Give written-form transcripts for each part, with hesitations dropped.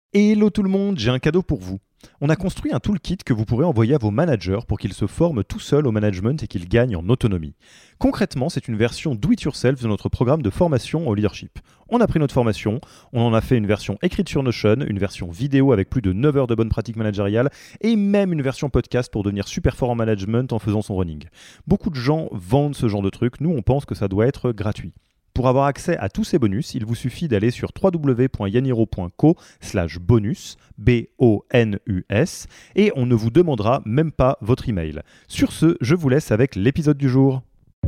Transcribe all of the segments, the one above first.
Hello tout le monde, j'ai un cadeau pour vous. On a construit un toolkit que vous pourrez envoyer à vos managers pour qu'ils se forment tout seuls au management et qu'ils gagnent en autonomie. Concrètement, c'est une version do-it-yourself de notre programme de formation au leadership. On a pris notre formation, on en a fait une version écrite sur Notion, une version vidéo avec plus de 9 heures de bonnes pratiques managériales et même une version podcast pour devenir super fort en management en faisant son running. Beaucoup de gens vendent ce genre de truc, nous on pense que ça doit être gratuit. Pour avoir accès à tous ces bonus, il vous suffit d'aller sur www.yaniro.co/bonus, B-O-N-U-S, et on ne vous demandera même pas votre email. Sur ce, je vous laisse avec l'épisode du jour.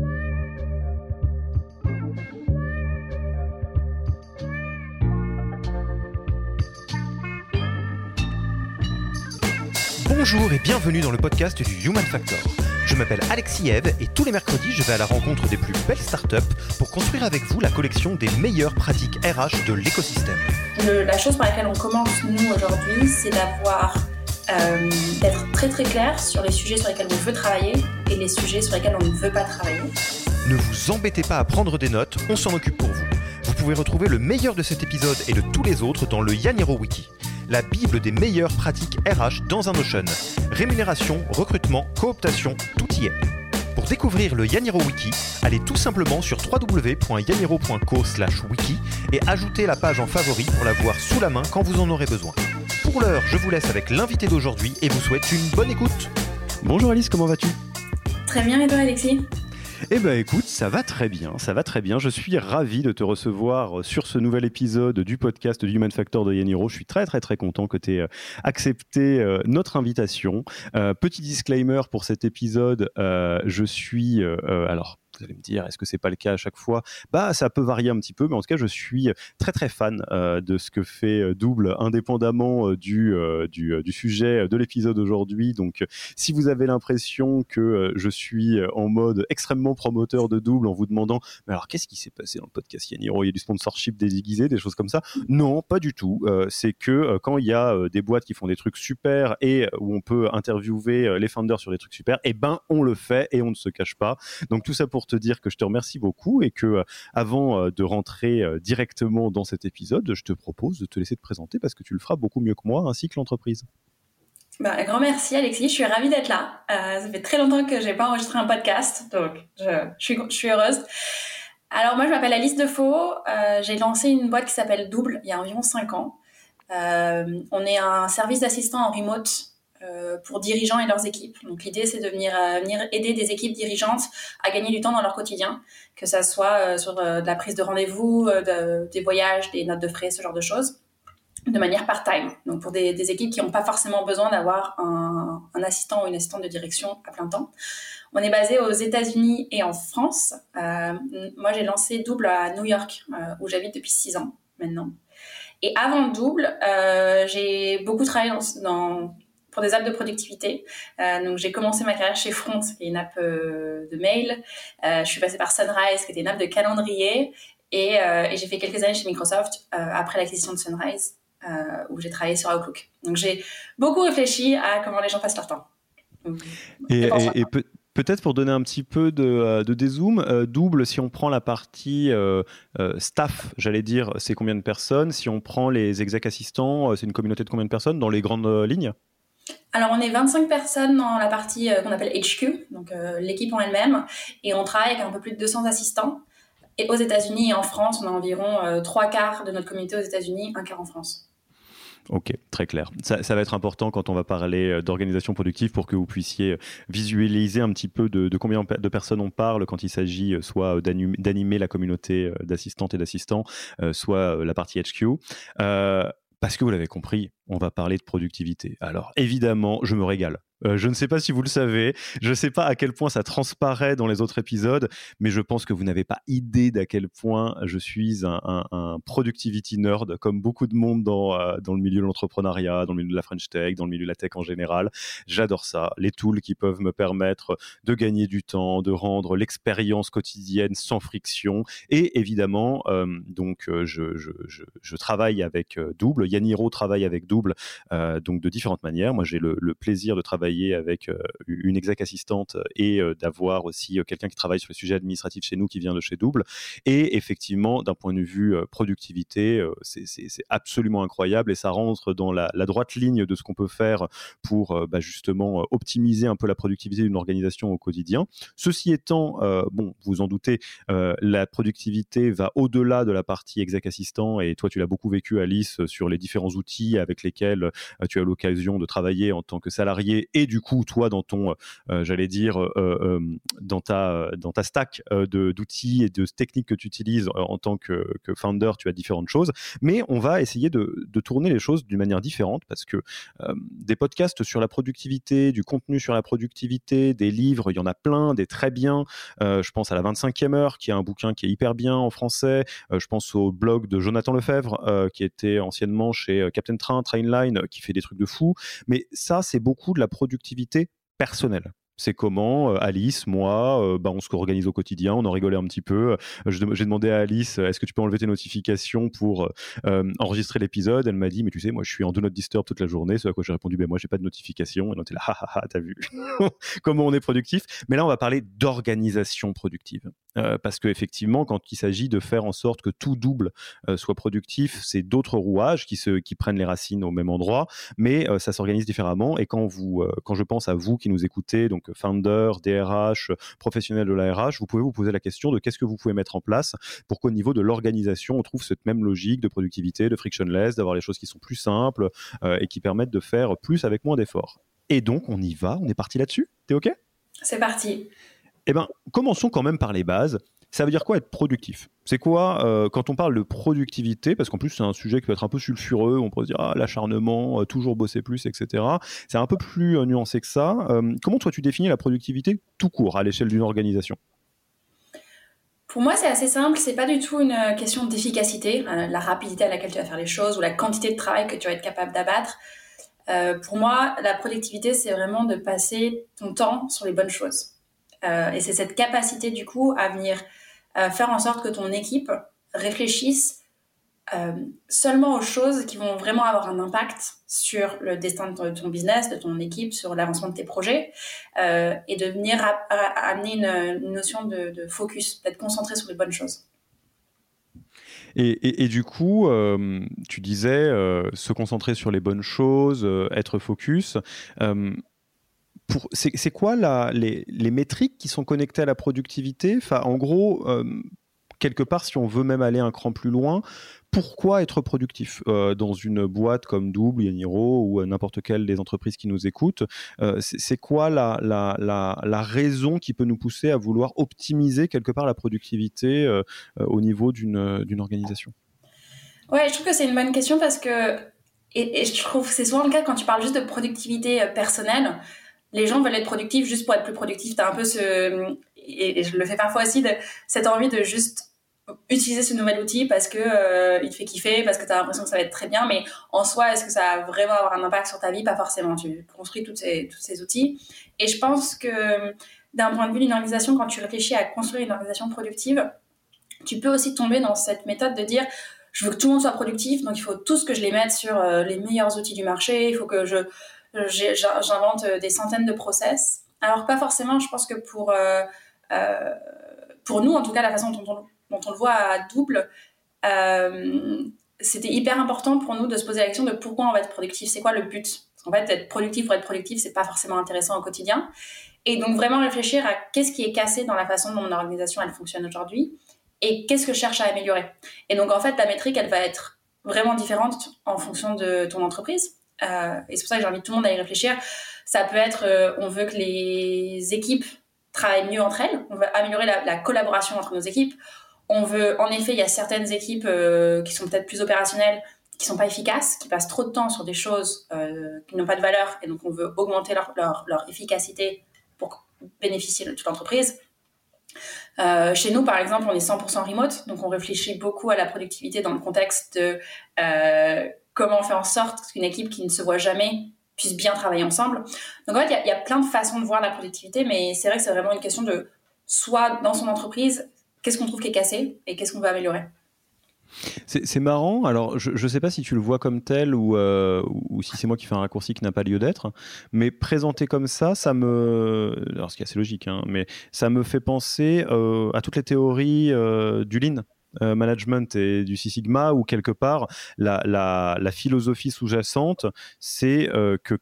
Bonjour et bienvenue dans le podcast du Human Factor. Je m'appelle Alexis Eve et tous les mercredis, je vais à la rencontre des plus belles startups pour construire avec vous la collection des meilleures pratiques RH de l'écosystème. La chose par laquelle on commence, nous, aujourd'hui, c'est d'être très très clair sur les sujets sur lesquels on veut travailler et les sujets sur lesquels on ne veut pas travailler. Ne vous embêtez pas à prendre des notes, on s'en occupe pour vous. Vous pouvez retrouver le meilleur de cet épisode et de tous les autres dans le Yaniro Wiki, la bible des meilleures pratiques RH dans un Notion. Rémunération, recrutement, cooptation, tout y est. Pour découvrir le Yaniro Wiki, allez tout simplement sur www.yaniro.co/wiki et ajoutez la page en favori pour la voir sous la main quand vous en aurez besoin. Pour l'heure, je vous laisse avec l'invité d'aujourd'hui et vous souhaite une bonne écoute. Bonjour Alice, comment vas-tu ? Très bien, et toi Alexis ? Eh ben écoute, ça va très bien. Je suis ravi de te recevoir sur ce nouvel épisode du podcast du Human Factor de Yaniro. Je suis très content que tu aies accepté notre invitation. Petit disclaimer pour cet épisode, je suis... alors, vous allez me dire, est-ce que c'est pas le cas à chaque fois ? Bah, ça peut varier un petit peu, mais en tout cas, je suis très fan de ce que fait Double, indépendamment du sujet de l'épisode aujourd'hui. Donc, si vous avez l'impression que je suis en mode extrêmement promoteur de Double en vous demandant, mais alors qu'est-ce qui s'est passé dans le podcast Yaniro ? Il y a du sponsorship déguisé, des choses comme ça ? Non, pas du tout. C'est que quand il y a des boîtes qui font des trucs super et où on peut interviewer les founders sur des trucs super, eh ben on le fait et on ne se cache pas. Donc tout ça pour te dire que je te remercie beaucoup et que avant de rentrer directement dans cet épisode, je te propose de te laisser te présenter parce que tu le feras beaucoup mieux que moi ainsi que l'entreprise. Un grand merci Alexis, je suis ravie d'être là. Ça fait très longtemps que j'ai pas enregistré un podcast, donc je suis heureuse. Alors moi je m'appelle Alice Defoe, j'ai lancé une boîte qui s'appelle Double il y a environ 5 ans. On est un service d'assistant en remote pour dirigeants et leurs équipes. Donc l'idée c'est de venir aider des équipes dirigeantes à gagner du temps dans leur quotidien, que ça soit sur de la prise de rendez-vous, des voyages, des notes de frais, ce genre de choses, de manière part-time. Donc pour des équipes qui n'ont pas forcément besoin d'avoir un assistant ou une assistante de direction à plein temps. On est basé aux États-Unis et en France. Moi j'ai lancé Double à New York, où j'habite depuis 6 ans maintenant. Et avant Double, j'ai beaucoup travaillé pour des apps de productivité. Donc, j'ai commencé ma carrière chez Front, qui est une app de mail. Je suis passée par Sunrise, qui était une app de calendrier. Et j'ai fait quelques années chez Microsoft après l'acquisition de Sunrise, où j'ai travaillé sur Outlook. Donc, j'ai beaucoup réfléchi à comment les gens passent leur temps. Donc, peut-être pour donner un petit peu de dézoom, Double, si on prend la partie staff, j'allais dire, c'est combien de personnes ? Si on prend les exec assistants, c'est une communauté de combien de personnes dans les grandes lignes ? Alors, on est 25 personnes dans la partie qu'on appelle HQ, donc l'équipe en elle-même, et on travaille avec un peu plus de 200 assistants. Et aux États-Unis et en France, on a environ 3/4 de notre communauté aux États-Unis, 1/4 en France. Ok, très clair. Ça va être important quand on va parler d'organisation productive pour que vous puissiez visualiser un petit peu de combien de personnes on parle quand il s'agit soit d'animer la communauté d'assistantes et d'assistants, soit la partie HQ. Parce que vous l'avez compris, on va parler de productivité. Alors évidemment, je me régale. Je ne sais pas si vous le savez, je ne sais pas à quel point ça transparaît dans les autres épisodes, mais je pense que vous n'avez pas idée d'à quel point je suis un productivity nerd, comme beaucoup de monde dans le milieu de l'entrepreneuriat, dans le milieu de la French Tech, dans le milieu de la tech en général. J'adore ça, les tools qui peuvent me permettre de gagner du temps, de rendre l'expérience quotidienne sans friction, et évidemment, je travaille avec Double, Yaniro travaille avec Double, donc de différentes manières. Moi, j'ai le plaisir de travailler travailler avec une exec assistante et d'avoir aussi quelqu'un qui travaille sur les sujets administratifs chez nous qui vient de chez Double. Et effectivement, d'un point de vue productivité, c'est absolument incroyable et ça rentre dans la droite ligne de ce qu'on peut faire pour justement optimiser un peu la productivité d'une organisation au quotidien. Ceci étant, vous en doutez, la productivité va au-delà de la partie exec assistant et toi tu l'as beaucoup vécu, Alice, sur les différents outils avec lesquels tu as l'occasion de travailler en tant que salarié et du coup toi dans ton dans ta stack d'outils et de techniques que tu utilises en tant que founder, tu as différentes choses, mais on va essayer de tourner les choses d'une manière différente parce que des podcasts sur la productivité, du contenu sur la productivité, des livres, il y en a plein, des très bien. Je pense à la 25e heure, qui est un bouquin qui est hyper bien en français. Je pense au blog de Jonathan Lefebvre, qui était anciennement chez Captain Trainline, qui fait des trucs de fou. Mais ça, c'est beaucoup de la productivité personnelle. C'est comment Alice, moi, on se organise au quotidien, on en rigolait un petit peu. J'ai demandé à Alice, est-ce que tu peux enlever tes notifications pour enregistrer l'épisode? Elle m'a dit, mais tu sais, moi je suis en Do Not Disturb toute la journée. Ce à quoi j'ai répondu, moi j'ai pas de notifications. Et on était là, t'as vu comment on est productif. Mais là, on va parler d'organisation productive. Parce qu'effectivement, quand il s'agit de faire en sorte que tout Double soit productif, c'est d'autres rouages qui prennent les racines au même endroit, mais ça s'organise différemment. Et quand je pense à vous qui nous écoutez, donc founder, DRH, professionnel de la RH, vous pouvez vous poser la question de qu'est-ce que vous pouvez mettre en place pour qu'au niveau de l'organisation, on trouve cette même logique de productivité, de frictionless, d'avoir les choses qui sont plus simples et qui permettent de faire plus avec moins d'efforts. Et donc, on y va, on est parti là-dessus. T'es OK ? C'est parti. Eh bien, commençons quand même par les bases. Ça veut dire quoi être productif? C'est quoi quand on parle de productivité? Parce qu'en plus, c'est un sujet qui peut être un peu sulfureux. On peut se dire l'acharnement, toujours bosser plus, etc. C'est un peu plus nuancé que ça. Comment toi, tu définis la productivité tout court à l'échelle d'une organisation? Pour moi, c'est assez simple. C'est pas du tout une question d'efficacité, la rapidité à laquelle tu vas faire les choses ou la quantité de travail que tu vas être capable d'abattre. Pour moi, la productivité, c'est vraiment de passer ton temps sur les bonnes choses. Et c'est cette capacité, du coup, à venir faire en sorte que ton équipe réfléchisse seulement aux choses qui vont vraiment avoir un impact sur le destin de ton business, de ton équipe, sur l'avancement de tes projets, et de venir amener une notion de focus, d'être concentré sur les bonnes choses. Et du coup, tu disais se concentrer sur les bonnes choses, être focus. C'est quoi les métriques qui sont connectées à la productivité? Enfin, en gros, quelque part, si on veut même aller un cran plus loin, pourquoi être productif dans une boîte comme Double, Yaniro ou n'importe quelle des entreprises qui nous écoutent? C'est quoi la raison qui peut nous pousser à vouloir optimiser quelque part la productivité au niveau d'une organisation? Ouais, je trouve que c'est une bonne question parce que, et je trouve que c'est souvent le cas quand tu parles juste de productivité personnelle. Les gens veulent être productifs juste pour être plus productifs. T'as un peu et je le fais parfois aussi, cette envie de juste utiliser ce nouvel outil parce que il te fait kiffer, parce que t'as l'impression que ça va être très bien, mais en soi, est-ce que ça va vraiment avoir un impact sur ta vie? Pas forcément. Tu construis tous ces outils. Et je pense que d'un point de vue d'une organisation, quand tu réfléchis à construire une organisation productive, tu peux aussi tomber dans cette méthode de dire je veux que tout le monde soit productif, donc il faut tous que je les mette sur les meilleurs outils du marché, il faut que j'invente des centaines de process. Alors pas forcément, je pense que pour nous, en tout cas, la façon dont on le voit à Double, c'était hyper important pour nous de se poser la question de pourquoi on va être productif, c'est quoi le but? Parce qu'en fait, être productif pour être productif, c'est pas forcément intéressant au quotidien. Et donc vraiment réfléchir à qu'est-ce qui est cassé dans la façon dont mon organisation elle fonctionne aujourd'hui et qu'est-ce que je cherche à améliorer. Et donc en fait, la métrique, elle va être vraiment différente en fonction de ton entreprise. Et c'est pour ça que j'invite tout le monde à y réfléchir. Ça peut être, on veut que les équipes travaillent mieux entre elles, on veut améliorer la collaboration entre nos équipes. On veut, en effet, il y a certaines équipes qui sont peut-être plus opérationnelles, qui sont pas efficaces, qui passent trop de temps sur des choses qui n'ont pas de valeur, et donc on veut augmenter leur efficacité pour bénéficier de toute l'entreprise. Chez nous, par exemple, on est 100% remote, donc on réfléchit beaucoup à la productivité dans le contexte de comment faire en sorte qu'une équipe qui ne se voit jamais puisse bien travailler ensemble. Donc en fait, il y a plein de façons de voir la productivité, mais c'est vrai que c'est vraiment une question de, soit dans son entreprise, qu'est-ce qu'on trouve qui est cassé et qu'est-ce qu'on veut améliorer. C'est marrant. Alors, je ne sais pas si tu le vois comme tel ou si c'est moi qui fais un raccourci qui n'a pas lieu d'être, mais présenté comme ça alors ce qui est assez logique, hein, mais ça me fait penser à toutes les théories du Lean. Management et du Six Sigma, où quelque part la philosophie sous-jacente, c'est que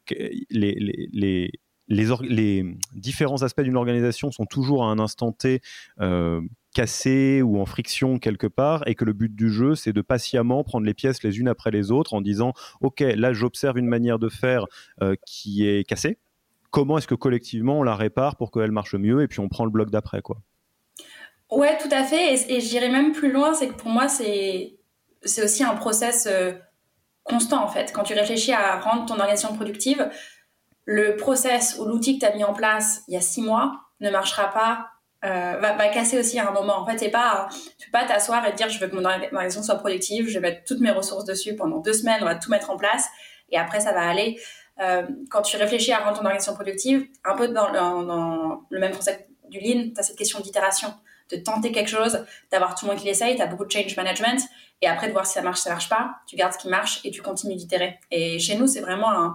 les différents aspects d'une organisation sont toujours à un instant T cassés ou en friction quelque part, et que le but du jeu, c'est de patiemment prendre les pièces les unes après les autres en disant « Ok, là, j'observe une manière de faire qui est cassée. Comment est-ce que collectivement, on la répare pour qu'elle marche mieux ?» Et puis, on prend le bloc d'après, quoi. Ouais, tout à fait. Et je dirais même plus loin, c'est que pour moi, c'est aussi un process constant, en fait. Quand tu réfléchis à rendre ton organisation productive, le process ou l'outil que tu as mis en place il y a 6 mois ne marchera pas, va casser aussi à un moment. En fait, tu peux pas t'asseoir et te dire je veux que mon organisation soit productive, je vais mettre toutes mes ressources dessus pendant 2 semaines, on va tout mettre en place et après ça va aller. Quand tu réfléchis à rendre ton organisation productive, un peu dans le même concept du Lean, tu as cette question d'itération, de tenter quelque chose, d'avoir tout le monde qui l'essaye, tu as beaucoup de change management et après de voir si ça marche pas, tu gardes ce qui marche et tu continues d'itérer. Et chez nous, c'est vraiment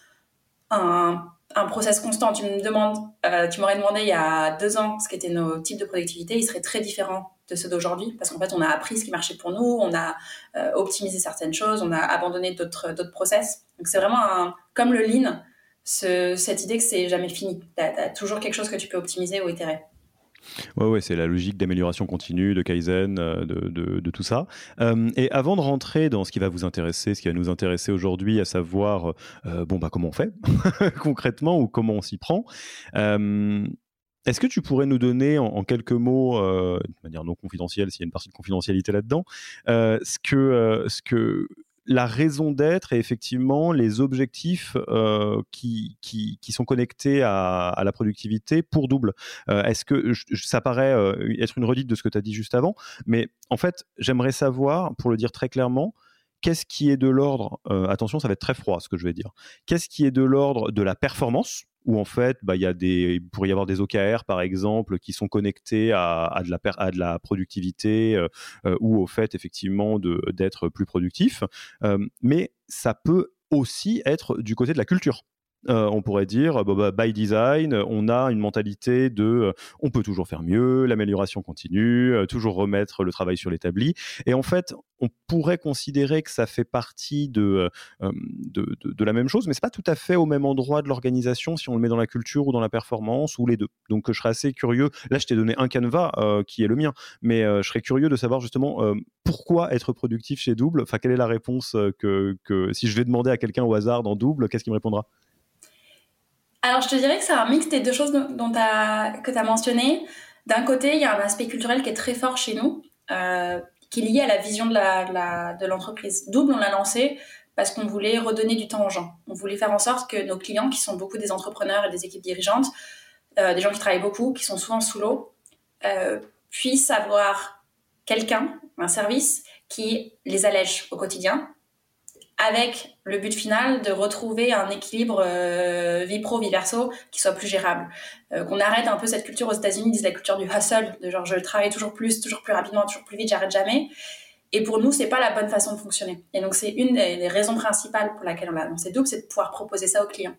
un process constant. Tu m'aurais demandé il y a 2 ans ce qu'étaient nos types de productivité, ils seraient très différents de ceux d'aujourd'hui parce qu'en fait, on a appris ce qui marchait pour nous, on a optimisé certaines choses, on a abandonné d'autres process. Donc c'est vraiment comme le Lean, cette idée que c'est jamais fini. T'as toujours quelque chose que tu peux optimiser ou itérer. Ouais, c'est la logique d'amélioration continue, de Kaizen, de tout ça. Et avant de rentrer dans ce qui va vous intéresser, ce qui va nous intéresser aujourd'hui, à savoir comment on fait concrètement ou comment on s'y prend, est-ce que tu pourrais nous donner en quelques mots, de manière non confidentielle, s'il y a une partie de confidentialité là-dedans, ce que la raison d'être et effectivement les objectifs qui sont connectés à la productivité pour Double. Est-ce que ça paraît être une redite de ce que tu as dit juste avant, mais en fait, j'aimerais savoir, pour le dire très clairement, qu'est-ce qui est de l'ordre, attention, ça va être très froid ce que je vais dire, qu'est-ce qui est de l'ordre de la performance, où en fait, il pourrait y avoir des OKR, par exemple, qui sont connectés à de la productivité ou au fait, effectivement, d'être plus productif. Mais ça peut aussi être du côté de la culture. On pourrait dire, by design, on a une mentalité on peut toujours faire mieux, l'amélioration continue, toujours remettre le travail sur l'établi. Et en fait, on pourrait considérer que ça fait partie de la même chose, mais c'est pas tout à fait au même endroit de l'organisation si on le met dans la culture ou dans la performance ou les deux. Donc, je serais assez curieux. Là, je t'ai donné un canevas qui est le mien, mais je serais curieux de savoir justement pourquoi être productif chez Double. Enfin, quelle est la réponse que si je vais demander à quelqu'un au hasard dans Double, qu'est-ce qu'il me répondra? Alors, je te dirais que c'est un mix des deux choses que tu as mentionnées. D'un côté, il y a un aspect culturel qui est très fort chez nous, qui est lié à la vision de l'entreprise. Double, on l'a lancé parce qu'on voulait redonner du temps aux gens. On voulait faire en sorte que nos clients, qui sont beaucoup des entrepreneurs et des équipes dirigeantes, des gens qui travaillent beaucoup, qui sont souvent sous l'eau, puissent avoir quelqu'un, un service, qui les allège au quotidien, avec le but final de retrouver un équilibre vie pro, vie perso qui soit plus gérable. Qu'on arrête un peu cette culture aux États-Unis, ils disent la culture du hustle, de genre je travaille toujours plus rapidement, toujours plus vite, j'arrête jamais. Et pour nous, c'est pas la bonne façon de fonctionner. Et donc c'est une des raisons principales pour laquelle on l'a lancé Double, c'est de pouvoir proposer ça aux clients.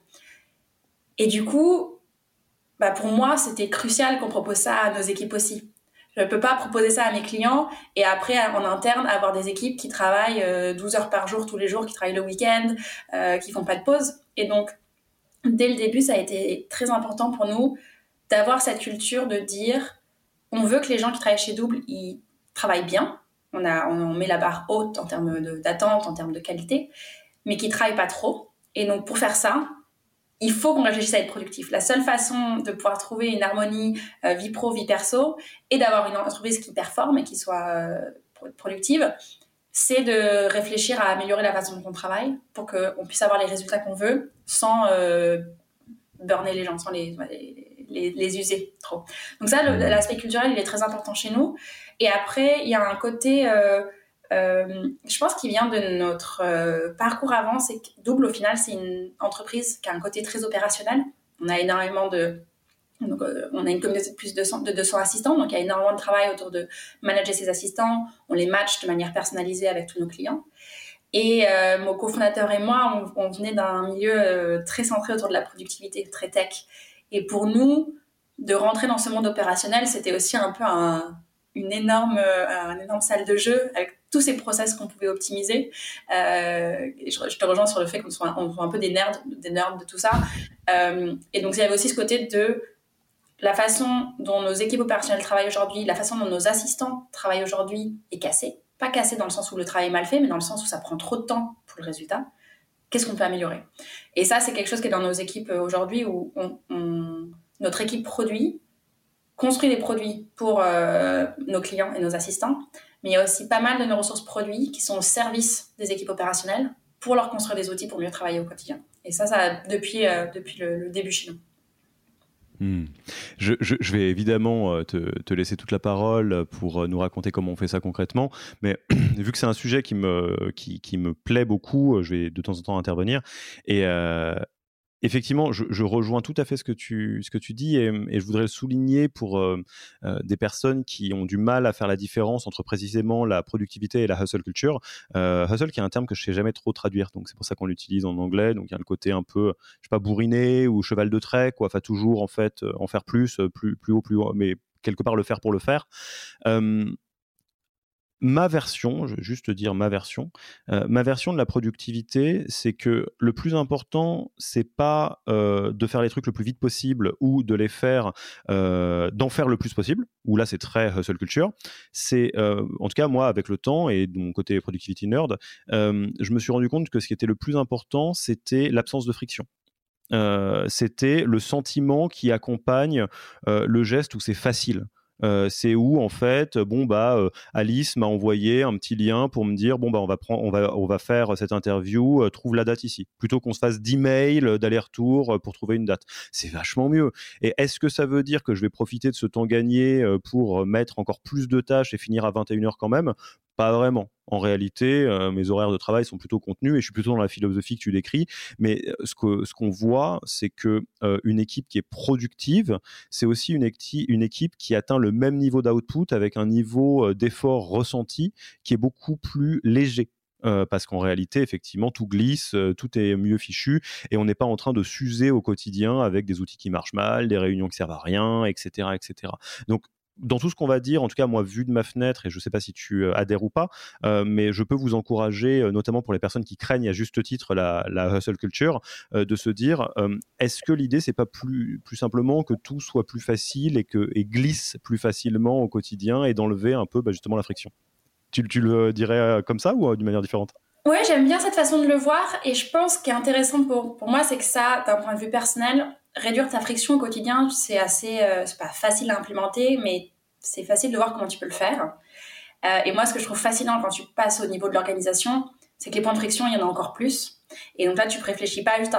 Et du coup, pour moi, c'était crucial qu'on propose ça à nos équipes aussi. Je ne peux pas proposer ça à mes clients et après, en interne, avoir des équipes qui travaillent 12 heures par jour, tous les jours, qui travaillent le week-end, qui font pas de pause. Et donc, dès le début, ça a été très important pour nous d'avoir cette culture de dire on veut que les gens qui travaillent chez Double, ils travaillent bien. On met la barre haute en termes d'attente, en termes de qualité, mais qu'ils ne travaillent pas trop. Et donc, pour faire ça, il faut qu'on réfléchisse à être productif. La seule façon de pouvoir trouver une harmonie vie pro, vie perso et d'avoir une entreprise qui performe et qui soit productive, c'est de réfléchir à améliorer la façon dont on travaille pour qu'on puisse avoir les résultats qu'on veut sans burner les gens, sans les user trop. Donc ça, l'aspect culturel, il est très important chez nous. Et après, il y a un côté... je pense qu'il vient de notre parcours avant, c'est que Double au final c'est une entreprise qui a un côté très opérationnel. On a énormément de Donc, on a une communauté de plus de 200 assistants, donc il y a énormément de travail autour de manager ces assistants. On les match de manière personnalisée avec tous nos clients. Et mon cofondateur et moi, on venait d'un milieu très centré autour de la productivité, très tech. Et pour nous, de rentrer dans ce monde opérationnel, c'était aussi un peu une énorme salle de jeu avec tous ces process qu'on pouvait optimiser. Et je te rejoins sur le fait qu'on soit un peu des nerds de tout ça. Et donc, il y avait aussi ce côté de la façon dont nos équipes opérationnelles travaillent aujourd'hui, la façon dont nos assistants travaillent aujourd'hui est cassée. Pas cassée dans le sens où le travail est mal fait, mais dans le sens où ça prend trop de temps pour le résultat. Qu'est-ce qu'on peut améliorer ? Et ça, c'est quelque chose qui est dans nos équipes aujourd'hui où notre équipe produit, construit des produits pour nos clients et nos assistants, mais il y a aussi pas mal de nos ressources produits qui sont au service des équipes opérationnelles pour leur construire des outils pour mieux travailler au quotidien. Et ça depuis le début chez nous. Je vais évidemment te laisser toute la parole pour nous raconter comment on fait ça concrètement, mais vu que c'est un sujet qui me plaît beaucoup, je vais de temps en temps intervenir. Et effectivement, je rejoins tout à fait ce que tu dis et je voudrais le souligner pour des personnes qui ont du mal à faire la différence entre précisément la productivité et la hustle culture. Hustle qui est un terme que je ne sais jamais trop traduire, donc c'est pour ça qu'on l'utilise en anglais. Donc il y a le côté un peu, je sais pas, bourriné ou cheval de trait, quoi. Enfin toujours en fait en faire plus haut, mais quelque part le faire pour le faire. Ma version, je vais juste dire ma version de la productivité, c'est que le plus important, c'est pas de faire les trucs le plus vite possible ou de les faire, d'en faire le plus possible, où là c'est très hustle culture. C'est, en tout cas moi avec le temps et de mon côté productivity nerd, je me suis rendu compte que ce qui était le plus important, c'était l'absence de friction. C'était le sentiment qui accompagne le geste où c'est facile. C'est où en fait Alice m'a envoyé un petit lien pour me dire on va faire cette interview, trouve la date ici, plutôt qu'on se fasse 10 mails d'aller-retour pour trouver une date. C'est vachement mieux. Et est-ce que ça veut dire que je vais profiter de ce temps gagné pour mettre encore plus de tâches et finir à 21h quand même ? Pas vraiment. En réalité, mes horaires de travail sont plutôt contenus et je suis plutôt dans la philosophie que tu décris. Mais ce qu'on voit, c'est que une équipe qui est productive, c'est aussi une équipe qui atteint le même niveau d'output avec un niveau d'effort ressenti qui est beaucoup plus léger. Parce qu'en réalité, effectivement, tout glisse, tout est mieux fichu et on n'est pas en train de s'user au quotidien avec des outils qui marchent mal, des réunions qui servent à rien, etc., etc. Donc, dans tout ce qu'on va dire, en tout cas moi vu de ma fenêtre, et je ne sais pas si tu adhères ou pas, mais je peux vous encourager, notamment pour les personnes qui craignent à juste titre la hustle culture, de se dire est-ce que l'idée c'est pas plus simplement que tout soit plus facile et glisse plus facilement au quotidien et d'enlever un peu justement la friction. Tu le dirais comme ça ou d'une manière différente ? Ouais, j'aime bien cette façon de le voir et je pense ce qui est intéressant pour moi, c'est que ça, d'un point de vue personnel, réduire ta friction au quotidien, c'est c'est pas facile à implémenter, mais c'est facile de voir comment tu peux le faire. Et moi, ce que je trouve fascinant quand tu passes au niveau de l'organisation, c'est que les points de friction, il y en a encore plus. Et donc là, tu ne réfléchis pas juste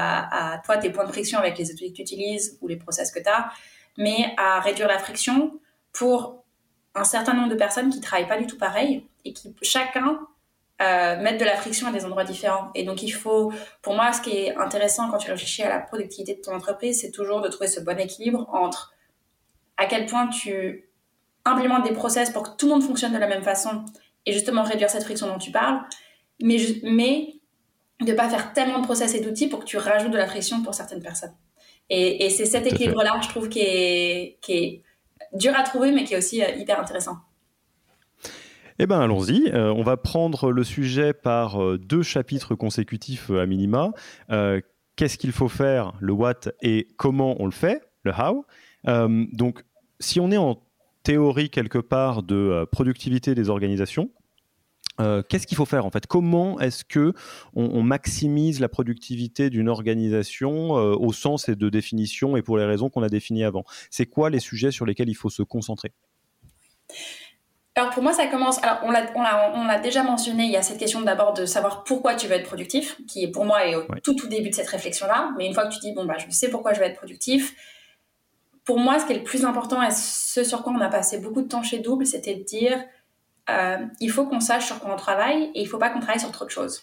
à toi, tes points de friction avec les outils que tu utilises ou les process que tu as, mais à réduire la friction pour un certain nombre de personnes qui ne travaillent pas du tout pareil et qui, chacun, mettre de la friction à des endroits différents. Et donc, il faut, pour moi, ce qui est intéressant quand tu réfléchis à la productivité de ton entreprise, c'est toujours de trouver ce bon équilibre entre à quel point tu implémentes des process pour que tout le monde fonctionne de la même façon et justement réduire cette friction dont tu parles, mais de ne pas faire tellement de process et d'outils pour que tu rajoutes de la friction pour certaines personnes. Et c'est cet équilibre-là, je trouve, qui est dur à trouver, mais qui est aussi hyper intéressant. Eh bien, allons-y. On va prendre le sujet par 2 chapitres consécutifs à minima. Qu'est-ce qu'il faut faire, le what, et comment on le fait, le how. Donc, si on est en théorie quelque part de productivité des organisations, qu'est-ce qu'il faut faire en fait ? Comment est-ce que on maximise la productivité d'une organisation au sens et de définition et pour les raisons qu'on a définies avant ? C'est quoi les sujets sur lesquels il faut se concentrer ? Alors pour moi, ça commence. Alors on l'a déjà mentionné. Il y a cette question d'abord de savoir pourquoi tu veux être productif, qui pour moi est au tout début de cette réflexion-là. Mais une fois que tu dis je sais pourquoi je veux être productif. Pour moi, ce qui est le plus important et ce sur quoi on a passé beaucoup de temps chez Double, c'était de dire il faut qu'on sache sur quoi on travaille et il ne faut pas qu'on travaille sur trop de choses.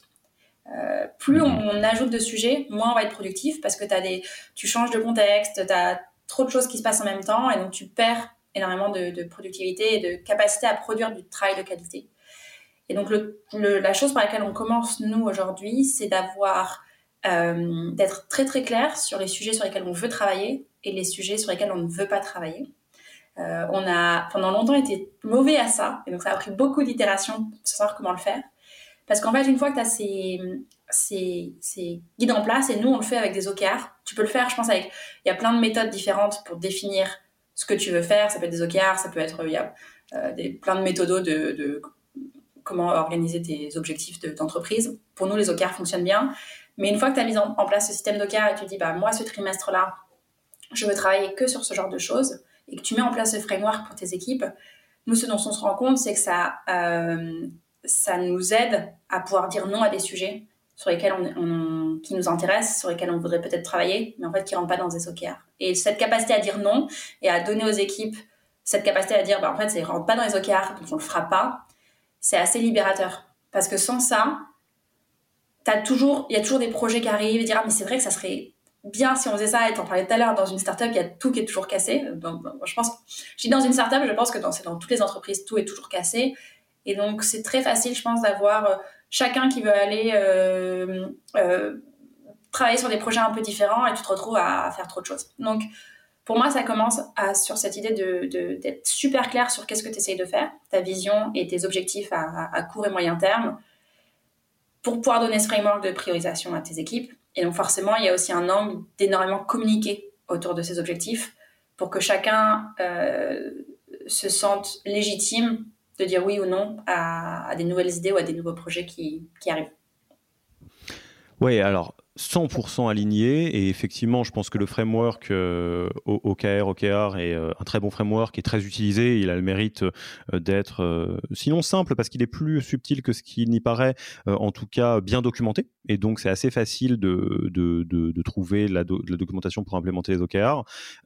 Plus on ajoute de sujets, moins on va être productif parce que tu changes de contexte, tu as trop de choses qui se passent en même temps et donc tu perds énormément de productivité et de capacité à produire du travail de qualité. Et donc, la chose par laquelle on commence, nous, aujourd'hui, c'est d'être très, très clair sur les sujets sur lesquels on veut travailler et les sujets sur lesquels on ne veut pas travailler. On a, pendant longtemps, été mauvais à ça. Et donc, ça a pris beaucoup d'itérations pour savoir comment le faire. Parce qu'en fait, une fois que tu as ces guides en place, et nous, on le fait avec des OKR, tu peux le faire, je pense, il y a plein de méthodes différentes pour définir ce que tu veux faire. Ça peut être des OKR, ça peut être, il y a plein de méthodos de comment organiser tes objectifs d'entreprise. Pour nous, les OKR fonctionnent bien. Mais une fois que tu as mis en place ce système d'OKR et tu dis, moi, ce trimestre-là, je veux travailler que sur ce genre de choses, et que tu mets en place ce framework pour tes équipes, nous, ce dont on se rend compte, c'est que ça nous aide à pouvoir dire non à des sujets sur lesquels qui nous intéressent, sur lesquels on voudrait peut-être travailler, mais en fait qui ne rentrent pas dans des OKR. Et cette capacité à dire non et à donner aux équipes cette capacité à dire, en fait, ça ne rentre pas dans les OKR, donc on ne le fera pas, c'est assez libérateur. Parce que sans ça, il y a toujours des projets qui arrivent et dire, mais c'est vrai que ça serait bien si on faisait ça. Et t'en parlais tout à l'heure, dans une startup, il y a tout qui est toujours cassé. Je dis dans une startup, je pense que c'est dans toutes les entreprises, tout est toujours cassé. Et donc, c'est très facile, je pense, d'avoir chacun qui veut aller travailler sur des projets un peu différents et tu te retrouves à faire trop de choses. Donc, pour moi, ça commence sur cette idée d'être super clair sur qu'est-ce que tu essayes de faire, ta vision et tes objectifs à court et moyen terme, pour pouvoir donner ce framework de priorisation à tes équipes. Et donc forcément, il y a aussi un angle d'énormément communiquer autour de ces objectifs pour que chacun se sente légitime de dire oui ou non à des nouvelles idées ou à des nouveaux projets qui arrivent. Oui, alors 100% aligné, et effectivement je pense que le framework OKR est un très bon framework, est très utilisé. Il a le mérite d'être sinon simple, parce qu'il est plus subtil que ce qui n'y paraît, en tout cas bien documenté, et donc c'est assez facile de trouver la documentation pour implémenter les OKR.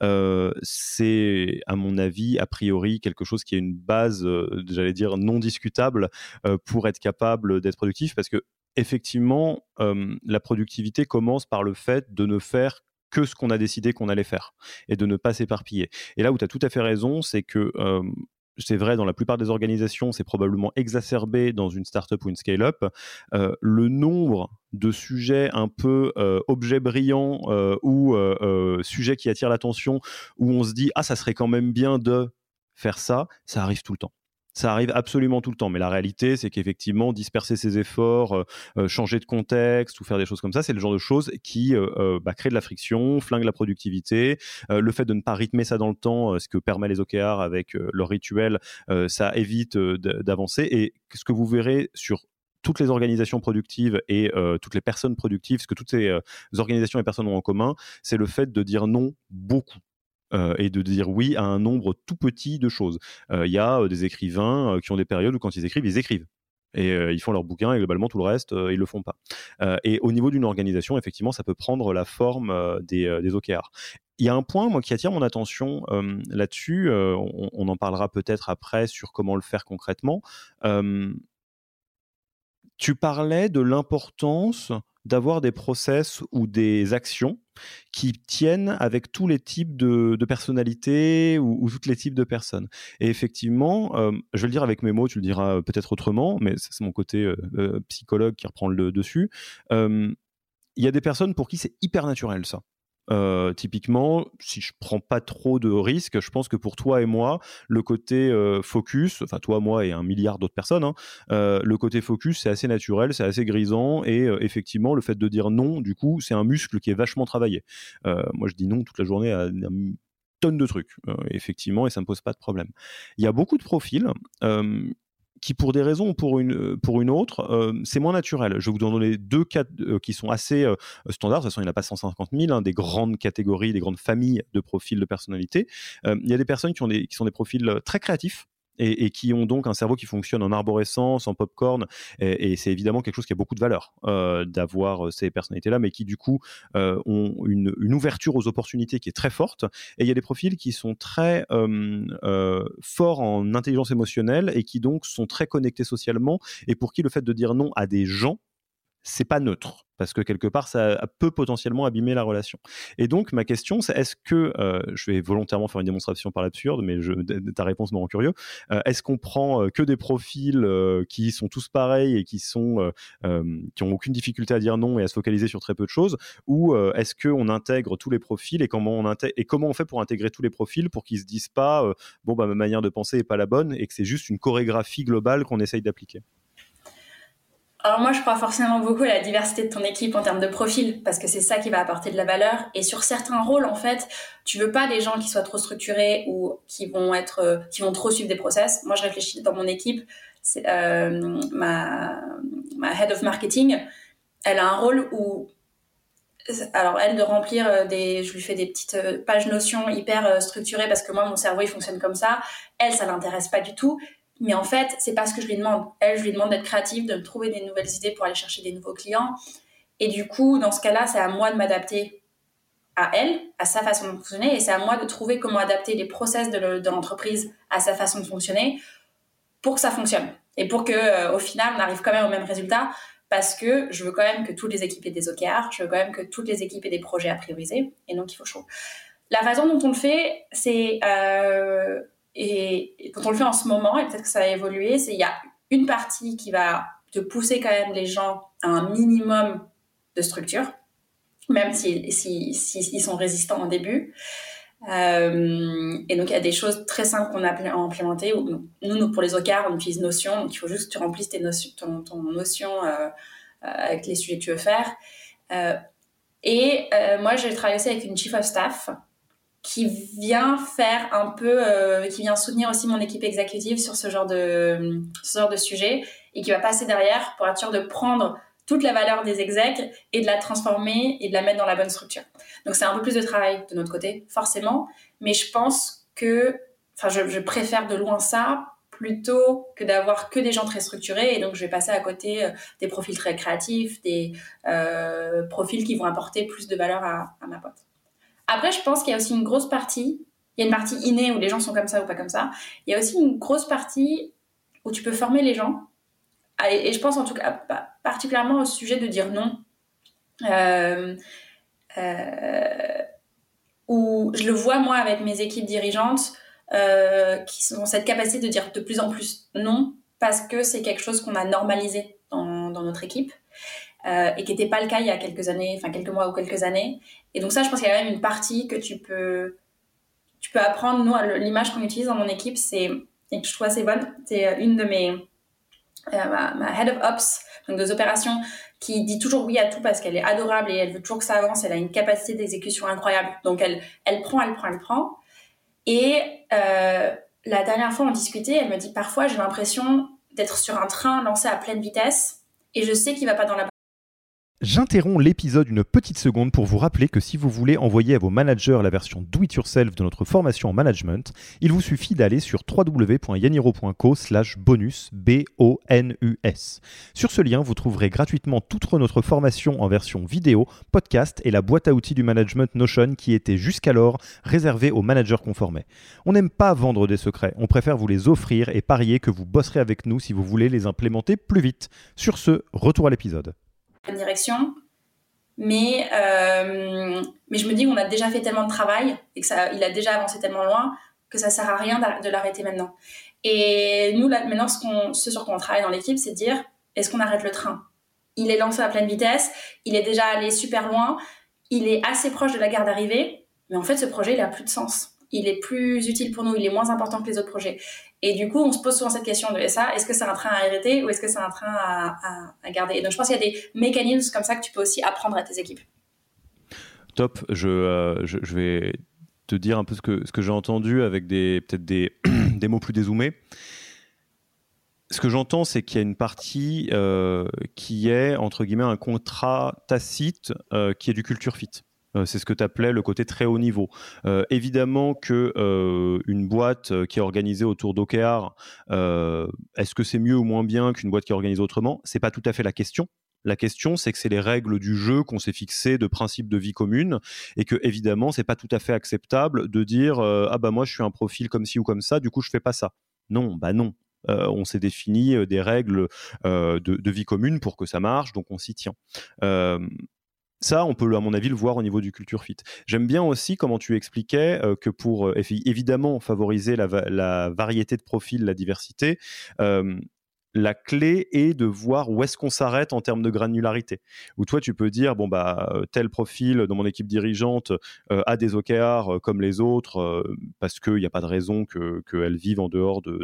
C'est à mon avis a priori quelque chose qui est une base, j'allais dire non discutable, pour être capable d'être productif, parce que effectivement, la productivité commence par le fait de ne faire que ce qu'on a décidé qu'on allait faire et de ne pas s'éparpiller. Et là où tu as tout à fait raison, c'est que c'est vrai dans la plupart des organisations, c'est probablement exacerbé dans une startup ou une scale-up. Le nombre de sujets un peu objets brillants ou sujets qui attirent l'attention, où on se dit « Ah, ça serait quand même bien de faire ça », ça arrive tout le temps. Ça arrive absolument tout le temps, mais la réalité, c'est qu'effectivement, disperser ses efforts, changer de contexte ou faire des choses comme ça, c'est le genre de choses qui créent de la friction, flingue la productivité. Le fait de ne pas rythmer ça dans le temps, ce que permet les OKR avec leur rituel, ça évite d'avancer. Et ce que vous verrez sur toutes les organisations productives et toutes les personnes productives, ce que toutes ces organisations et personnes ont en commun, c'est le fait de dire non beaucoup. Et de dire oui à un nombre tout petit de choses. Il y a des écrivains qui ont des périodes où quand ils écrivent. Et ils font leur bouquin, et globalement tout le reste, ils le font pas. Et au niveau d'une organisation, effectivement, ça peut prendre la forme des OKR. Il y a un point, moi, qui attire mon attention là-dessus. On en parlera peut-être après sur comment le faire concrètement. Tu parlais de l'importance d'avoir des process ou des actions qui tiennent avec tous les types de personnalités ou tous les types de personnes. Et effectivement, je vais le dire avec mes mots, tu le diras peut-être autrement, mais c'est mon côté psychologue qui reprend le dessus. Il y a des personnes pour qui c'est hyper naturel, ça. Typiquement, si je prends pas trop de risques, je pense que pour toi et moi, le côté focus, enfin toi, moi et un milliard d'autres personnes, hein, le côté focus, c'est assez naturel, c'est assez grisant, et effectivement, le fait de dire non, du coup, c'est un muscle qui est vachement travaillé. Moi, je dis non toute la journée à une tonne de trucs, effectivement, et ça me pose pas de problème. Il y a beaucoup de profils qui, pour des raisons ou pour une autre, c'est moins naturel. Je vais vous donner deux cas qui sont assez standards. De toute façon, il n'y en a pas 150 000, hein, des grandes catégories, des grandes familles de profils de personnalité. Il y a des personnes qui sont des profils très créatifs, et qui ont donc un cerveau qui fonctionne en arborescence, en popcorn, et c'est évidemment quelque chose qui a beaucoup de valeur d'avoir ces personnalités-là, mais qui du coup ont une ouverture aux opportunités qui est très forte. Et il y a des profils qui sont très forts en intelligence émotionnelle, et qui donc sont très connectés socialement, et pour qui le fait de dire non à des gens, c'est pas neutre, parce que quelque part, ça peut potentiellement abîmer la relation. Et donc, ma question, c'est est-ce que, je vais volontairement faire une démonstration par l'absurde, mais ta réponse me rend curieux, est-ce qu'on prend que des profils qui sont tous pareils et qui ont aucune difficulté à dire non et à se focaliser sur très peu de choses, ou est-ce qu'on intègre tous les profils et comment on fait pour intégrer tous les profils pour qu'ils se disent pas ma manière de penser est pas la bonne et que c'est juste une chorégraphie globale qu'on essaye d'appliquer? Alors moi, je crois forcément beaucoup à la diversité de ton équipe en termes de profil, parce que c'est ça qui va apporter de la valeur. Et sur certains rôles, en fait, tu veux pas des gens qui soient trop structurés ou qui vont trop suivre des process. Moi, je réfléchis dans mon équipe, c'est, ma head of marketing, elle a un rôle où, alors elle, de remplir je lui fais des petites pages notions hyper structurées parce que moi, mon cerveau, il fonctionne comme ça. Elle, ça l'intéresse pas du tout. Mais en fait, c'est pas ce que je lui demande. Elle, je lui demande d'être créative, de me trouver des nouvelles idées pour aller chercher des nouveaux clients. Et du coup, dans ce cas-là, c'est à moi de m'adapter à elle, à sa façon de fonctionner. Et c'est à moi de trouver comment adapter les process de l'entreprise à sa façon de fonctionner pour que ça fonctionne. Et pour qu'au final, on arrive quand même au même résultat. Parce que je veux quand même que toutes les équipes aient des OKR. Je veux quand même que toutes les équipes aient des projets à prioriser. Et donc, il faut chaud. La façon dont on le fait, c'est... Et quand on le fait en ce moment, et peut-être que ça va évoluer, il y a une partie qui va te pousser quand même les gens à un minimum de structure, même s'ils sont résistants au début. Et donc, il y a des choses très simples qu'on a implémentées. Nous, pour les OKR, on utilise Notion. Donc, il faut juste que tu remplisses ton Notion avec les sujets que tu veux faire. Moi, j'ai travaillé aussi avec une chief of staff qui vient faire un peu, qui vient soutenir aussi mon équipe exécutive sur ce genre de sujet et qui va passer derrière pour être sûr de prendre toute la valeur des execs et de la transformer et de la mettre dans la bonne structure. Donc, c'est un peu plus de travail de notre côté, forcément, mais je pense que, je préfère de loin ça plutôt que d'avoir que des gens très structurés et donc je vais passer à côté des profils très créatifs, des profils qui vont apporter plus de valeur à ma boîte. Après, je pense qu'il y a aussi une grosse partie, il y a une partie innée où les gens sont comme ça ou pas comme ça. Il y a aussi une grosse partie où tu peux former les gens. Et je pense en tout cas particulièrement au sujet de dire non. Où je le vois moi avec mes équipes dirigeantes qui ont cette capacité de dire de plus en plus non parce que c'est quelque chose qu'on a normalisé dans notre équipe. Et qui n'était pas le cas il y a quelques mois ou quelques années. Et donc ça, je pense qu'il y a quand même une partie que tu peux apprendre. Nous, l'image qu'on utilise dans mon équipe, et que je trouve assez bonne, c'est une de ma head of ops, donc des opérations, qui dit toujours oui à tout parce qu'elle est adorable et elle veut toujours que ça avance. Elle a une capacité d'exécution incroyable. Donc elle prend. Et la dernière fois, on discutait, elle me dit parfois, j'ai l'impression d'être sur un train lancé à pleine vitesse et je sais qu'il ne va pas dans la... J'interromps l'épisode une petite seconde pour vous rappeler que si vous voulez envoyer à vos managers la version Do It Yourself de notre formation en management, il vous suffit d'aller sur www.yaniro.co/bonus, BONUS. Sur ce lien, vous trouverez gratuitement toute notre formation en version vidéo, podcast et la boîte à outils du management Notion qui était jusqu'alors réservée aux managers qu'on formait. On n'aime pas vendre des secrets, on préfère vous les offrir et parier que vous bosserez avec nous si vous voulez les implémenter plus vite. Sur ce, retour à l'épisode. Direction, mais je me dis qu'on a déjà fait tellement de travail et il a déjà avancé tellement loin que ça sert à rien de l'arrêter maintenant. Et nous, là, maintenant, ce sur quoi on travaille dans l'équipe, c'est de dire, est-ce qu'on arrête le train ? Il est lancé à pleine vitesse, il est déjà allé super loin, il est assez proche de la gare d'arrivée, mais en fait, ce projet, il a plus de sens. Il est plus utile pour nous, il est moins important que les autres projets. Et du coup, on se pose souvent cette question de ça, est-ce que c'est un train à arrêter ou est-ce que c'est un train à garder ? Et donc, je pense qu'il y a des mécanismes comme ça que tu peux aussi apprendre à tes équipes. Top. Je vais te dire un peu ce que j'ai entendu avec peut-être des mots plus dézoomés. Ce que j'entends, c'est qu'il y a une partie qui est, entre guillemets, un contrat tacite qui est du culture fit. C'est ce que tu appelais le côté très haut niveau. Évidemment qu'une boîte qui est organisée autour d'OKR, est-ce que c'est mieux ou moins bien qu'une boîte qui est organisée autrement ? C'est pas tout à fait la question. La question, c'est que c'est les règles du jeu qu'on s'est fixées de principes de vie commune et que, évidemment, c'est pas tout à fait acceptable de dire moi, je suis un profil comme ci ou comme ça, du coup, je fais pas ça. Non, non. On s'est défini des règles de vie commune pour que ça marche, donc on s'y tient. Ça, on peut, à mon avis, le voir au niveau du culture fit. J'aime bien aussi comment tu expliquais que pour évidemment favoriser la variété de profils, la diversité, la clé est de voir où est-ce qu'on s'arrête en termes de granularité. Où toi, tu peux dire, bon, tel profil dans mon équipe dirigeante a des OKR comme les autres parce qu'il n'y a pas de raison qu'elles vivent en dehors de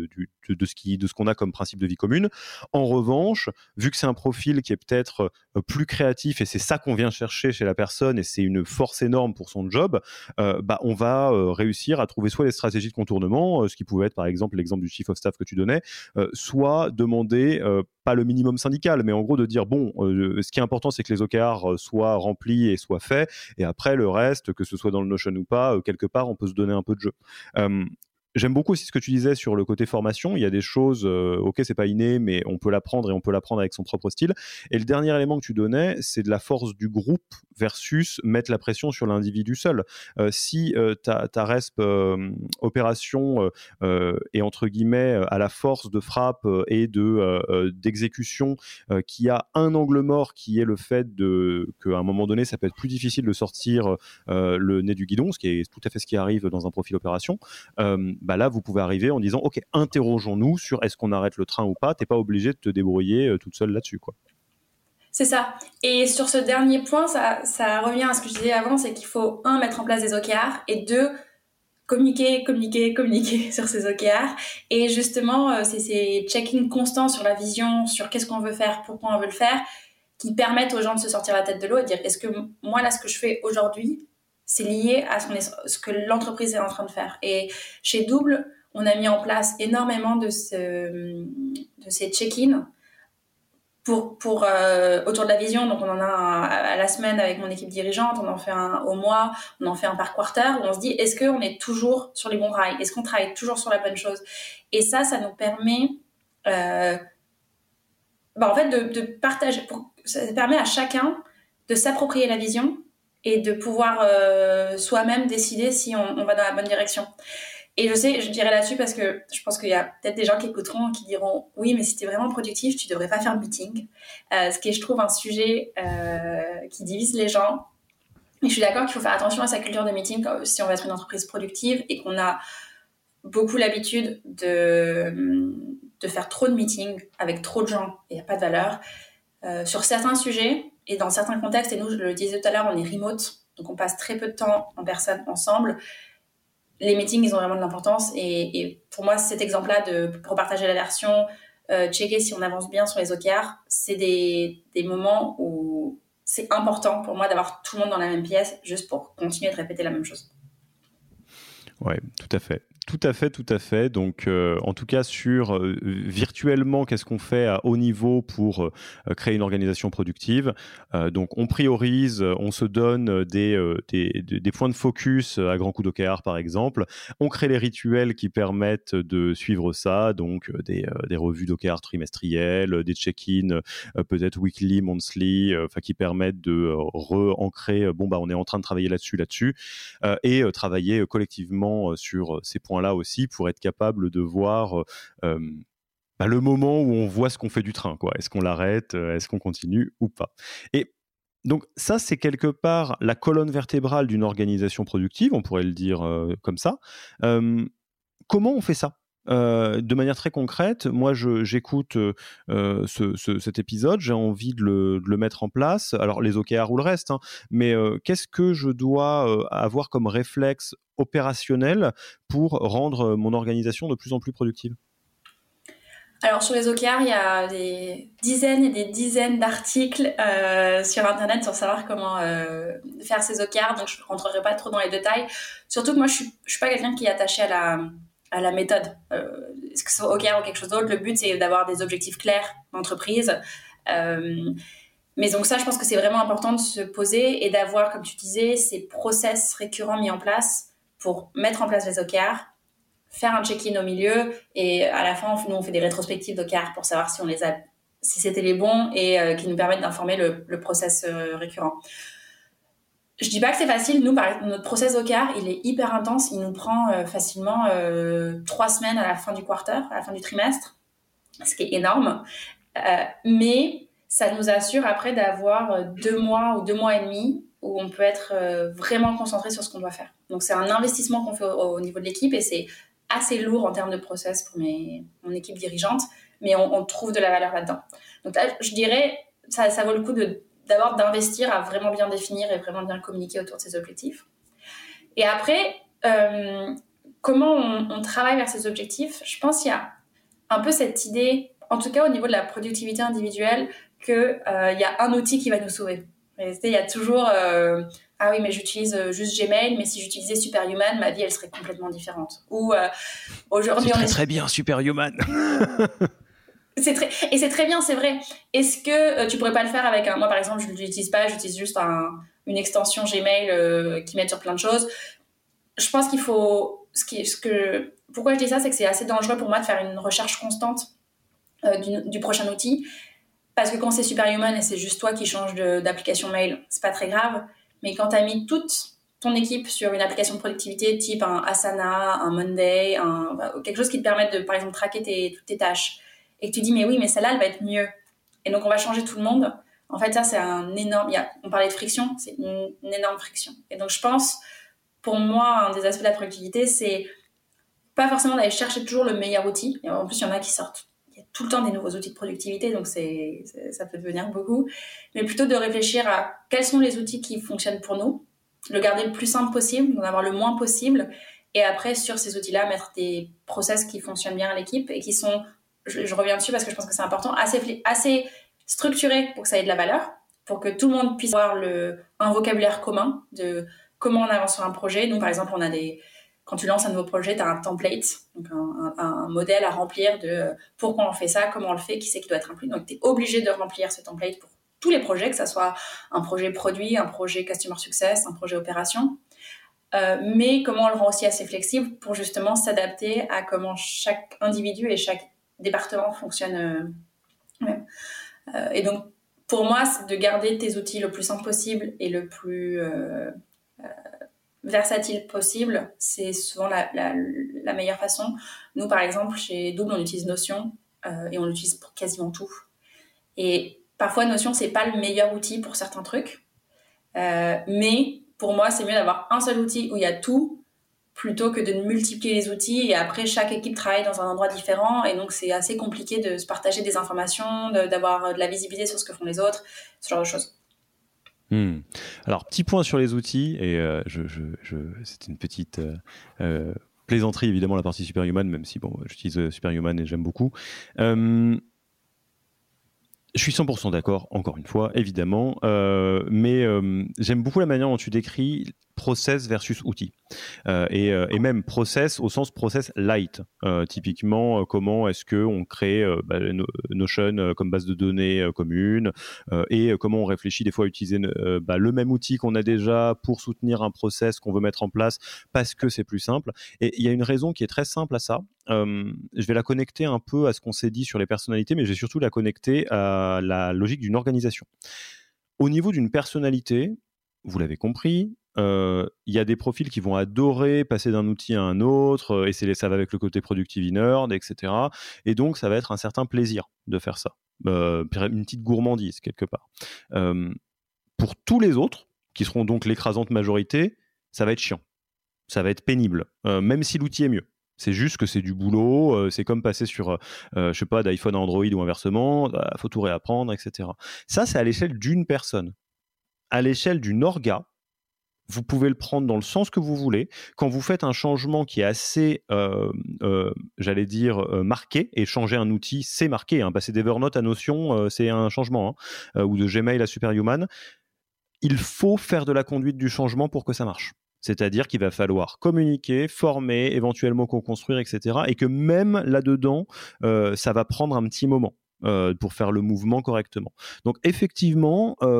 ce qu'on a comme principe de vie commune. En revanche, vu que c'est un profil qui est peut-être plus créatif et c'est ça qu'on vient chercher chez la personne et c'est une force énorme pour son job, on va réussir à trouver soit des stratégies de contournement, ce qui pouvait être par exemple l'exemple du chief of staff que tu donnais, soit demander, pas le minimum syndical, mais en gros de dire, ce qui est important, c'est que les OKR soient remplis et soient faits, et après le reste, que ce soit dans le Notion ou pas, quelque part, on peut se donner un peu de jeu. J'aime beaucoup aussi ce que tu disais sur le côté formation. Il y a des choses, ok, c'est pas inné, mais on peut l'apprendre et on peut l'apprendre avec son propre style. Et le dernier élément que tu donnais, c'est de la force du groupe versus mettre la pression sur l'individu seul. Si ta resp opération est entre guillemets à la force de frappe et d'exécution qui a un angle mort qui est le fait qu'à un moment donné, ça peut être plus difficile de sortir le nez du guidon, ce qui est tout à fait ce qui arrive dans un profil opération. Là, vous pouvez arriver en disant, ok, interrogeons-nous sur est-ce qu'on arrête le train ou pas. T'es pas obligé de te débrouiller toute seule là-dessus, quoi. C'est ça. Et sur ce dernier point, ça revient à ce que je disais avant, c'est qu'il faut, mettre en place des OKR et 2, communiquer sur ces OKR. Et justement, c'est ces check-in constants sur la vision, sur qu'est-ce qu'on veut faire, pourquoi on veut le faire, qui permettent aux gens de se sortir la tête de l'eau et de dire, est-ce que moi, là, ce que je fais aujourd'hui, c'est lié à ce que l'entreprise est en train de faire. Et chez Double, on a mis en place énormément de ces check-in pour autour de la vision. Donc, on en a un à la semaine avec mon équipe dirigeante, on en fait un au mois, on en fait un par quarter, où on se dit, est-ce qu'on est toujours sur les bons rails? Est-ce qu'on travaille toujours sur la bonne chose? Et ça nous permet en fait de partager, ça permet à chacun de s'approprier la vision et de pouvoir soi-même décider si on va dans la bonne direction. Et je dirais là-dessus parce que je pense qu'il y a peut-être des gens qui écouteront qui diront « Oui, mais si tu es vraiment productif, tu devrais pas faire de meeting. » Ce qui est, je trouve, un sujet qui divise les gens. Et je suis d'accord qu'il faut faire attention à sa culture de meeting si on veut être une entreprise productive et qu'on a beaucoup l'habitude de faire trop de meetings avec trop de gens et il n'y a pas de valeur. Sur certains sujets et dans certains contextes, et nous, je le disais tout à l'heure, on est remote, donc on passe très peu de temps en personne ensemble. Les meetings, ils ont vraiment de l'importance. Et pour moi, cet exemple-là de repartager la version, checker si on avance bien sur les OKR, c'est des moments où c'est important pour moi d'avoir tout le monde dans la même pièce juste pour continuer de répéter la même chose. Oui, tout à fait. Tout à fait. Donc, en tout cas, sur virtuellement, qu'est-ce qu'on fait à haut niveau pour créer une organisation productive? Donc, on priorise, on se donne des points de focus à grands coups d'OKR, par exemple. On crée les rituels qui permettent de suivre ça, donc des revues d'OKR trimestrielles, des check-in, peut-être weekly, monthly, qui permettent de re-ancrer, on est en train de travailler là-dessus, et travailler collectivement sur ces points là aussi pour être capable de voir le moment où on voit ce qu'on fait du train, quoi. Est-ce qu'on l'arrête, est-ce qu'on continue ou pas? Et donc ça, c'est quelque part la colonne vertébrale d'une organisation productive, on pourrait le dire comme ça. Comment on fait ça? De manière très concrète, moi j'écoute cet épisode, j'ai envie de le mettre en place, alors les OKR ou le reste, mais qu'est-ce que je dois avoir comme réflexe opérationnel pour rendre mon organisation de plus en plus productive? Alors sur les OKR, il y a des dizaines et des dizaines d'articles sur Internet sur savoir comment faire ces OKR, donc je ne rentrerai pas trop dans les détails. Surtout que moi, je suis pas quelqu'un qui est attaché à la méthode. Est-ce que ce soit OKR ou quelque chose d'autre, le but, c'est d'avoir des objectifs clairs d'entreprise. Mais donc ça, je pense que c'est vraiment important de se poser et d'avoir, comme tu disais, ces process récurrents mis en place pour mettre en place les OKR, faire un check-in au milieu et à la fin, nous, on fait des rétrospectives d'OKR pour savoir si c'était les bons et qui nous permettent d'informer le process récurrent. Je dis pas que c'est facile. Nous, notre process OKR, il est hyper intense. Il nous prend facilement 3 semaines à la fin du quarter, à la fin du trimestre, ce qui est énorme. Mais ça nous assure après d'avoir 2 mois ou 2 mois et demi où on peut être vraiment concentré sur ce qu'on doit faire. Donc, c'est un investissement qu'on fait au niveau de l'équipe et c'est assez lourd en termes de process pour mon équipe dirigeante, mais on trouve de la valeur là-dedans. Donc là, je dirais, ça vaut le coup d'abord d'investir à vraiment bien définir et vraiment bien communiquer autour de ses objectifs. Et après, comment on travaille vers ces objectifs? Je pense qu'il y a un peu cette idée, en tout cas au niveau de la productivité individuelle, qu'il y a un outil qui va nous sauver. Il y a toujours ah oui, mais j'utilise juste Gmail, mais si j'utilisais Superhuman, ma vie elle serait complètement différente. Ou aujourd'hui c'est très bien Superhuman. C'est très bien, c'est vrai. Est-ce que tu pourrais pas le faire avec moi par exemple, je l'utilise pas, j'utilise juste une extension Gmail qui met sur plein de choses. Je pense qu'il faut pourquoi je dis ça, c'est que c'est assez dangereux pour moi de faire une recherche constante du prochain outil, parce que quand c'est Superhuman et c'est juste toi qui changes d'application mail, c'est pas très grave. Mais quand tu as mis toute ton équipe sur une application de productivité type un Asana, un Monday, quelque chose qui te permette de, par exemple, traquer toutes tes tâches, et que tu dis, mais oui, mais celle-là, elle va être mieux. Et donc, on va changer tout le monde. En fait, ça, c'est un énorme... on parlait de friction, c'est une énorme friction. Et donc, je pense, pour moi, un des aspects de la productivité, c'est pas forcément d'aller chercher toujours le meilleur outil. Et en plus, il y en a qui sortent. Il y a tout le temps des nouveaux outils de productivité, donc ça peut devenir beaucoup. Mais plutôt de réfléchir à quels sont les outils qui fonctionnent pour nous, le garder le plus simple possible, d'en avoir le moins possible, et après, sur ces outils-là, mettre des process qui fonctionnent bien à l'équipe et qui sont, je reviens dessus parce que je pense que c'est important, assez structurés pour que ça ait de la valeur, pour que tout le monde puisse avoir un vocabulaire commun de comment on avance sur un projet. Nous, par exemple, quand tu lances un nouveau projet, tu as un template, donc un modèle à remplir de pourquoi on fait ça, comment on le fait, qui c'est qui doit être inclus. Donc, tu es obligé de remplir ce template pour tous les projets, que ça soit un projet produit, un projet customer success, un projet opération. Mais comment on le rend aussi assez flexible pour justement s'adapter à comment chaque individu et chaque département fonctionne. Et donc, pour moi, c'est de garder tes outils le plus simple possible et le plus... versatile possible, c'est souvent la meilleure façon. Nous, par exemple, chez Double, on utilise Notion et on l'utilise pour quasiment tout. Et parfois, Notion, c'est pas le meilleur outil pour certains trucs. Mais pour moi, c'est mieux d'avoir un seul outil où il y a tout plutôt que de multiplier les outils et après, chaque équipe travaille dans un endroit différent et donc c'est assez compliqué de se partager des informations, d'avoir de la visibilité sur ce que font les autres, ce genre de choses. Alors, petit point sur les outils, et c'est une petite plaisanterie, évidemment, la partie Superhuman, même si bon, j'utilise Superhuman et j'aime beaucoup. Je suis 100% d'accord, encore une fois, évidemment, mais j'aime beaucoup la manière dont tu décris process versus outil, et même process au sens process light. Typiquement, comment est-ce qu'on crée Notion comme base de données commune, et comment on réfléchit des fois à utiliser le même outil qu'on a déjà pour soutenir un process qu'on veut mettre en place parce que c'est plus simple. Et il y a une raison qui est très simple à ça. Je vais la connecter un peu à ce qu'on s'est dit sur les personnalités, mais je vais surtout la connecter à la logique d'une organisation. Au niveau d'une personnalité, vous l'avez compris, il y a des profils qui vont adorer passer d'un outil à un autre, et ça va avec le côté productive nerd, etc. Et donc, ça va être un certain plaisir de faire ça. Une petite gourmandise, quelque part. Pour tous les autres, qui seront donc l'écrasante majorité, ça va être chiant. Ça va être pénible, même si l'outil est mieux. C'est juste que c'est du boulot, c'est comme passer sur, je sais pas, d'iPhone à Android ou inversement, faut tout réapprendre, etc. Ça, c'est à l'échelle d'une personne. À l'échelle d'une orga, vous pouvez le prendre dans le sens que vous voulez. Quand vous faites un changement qui est assez, j'allais dire, marqué, et changer un outil, c'est marqué. Passer d'Evernote à Notion, c'est un changement, ou de Gmail à Superhuman. Il faut faire de la conduite du changement pour que ça marche. C'est-à-dire qu'il va falloir communiquer, former, éventuellement co-construire, etc. Et que même là-dedans, ça va prendre un petit moment pour faire le mouvement correctement. Donc effectivement,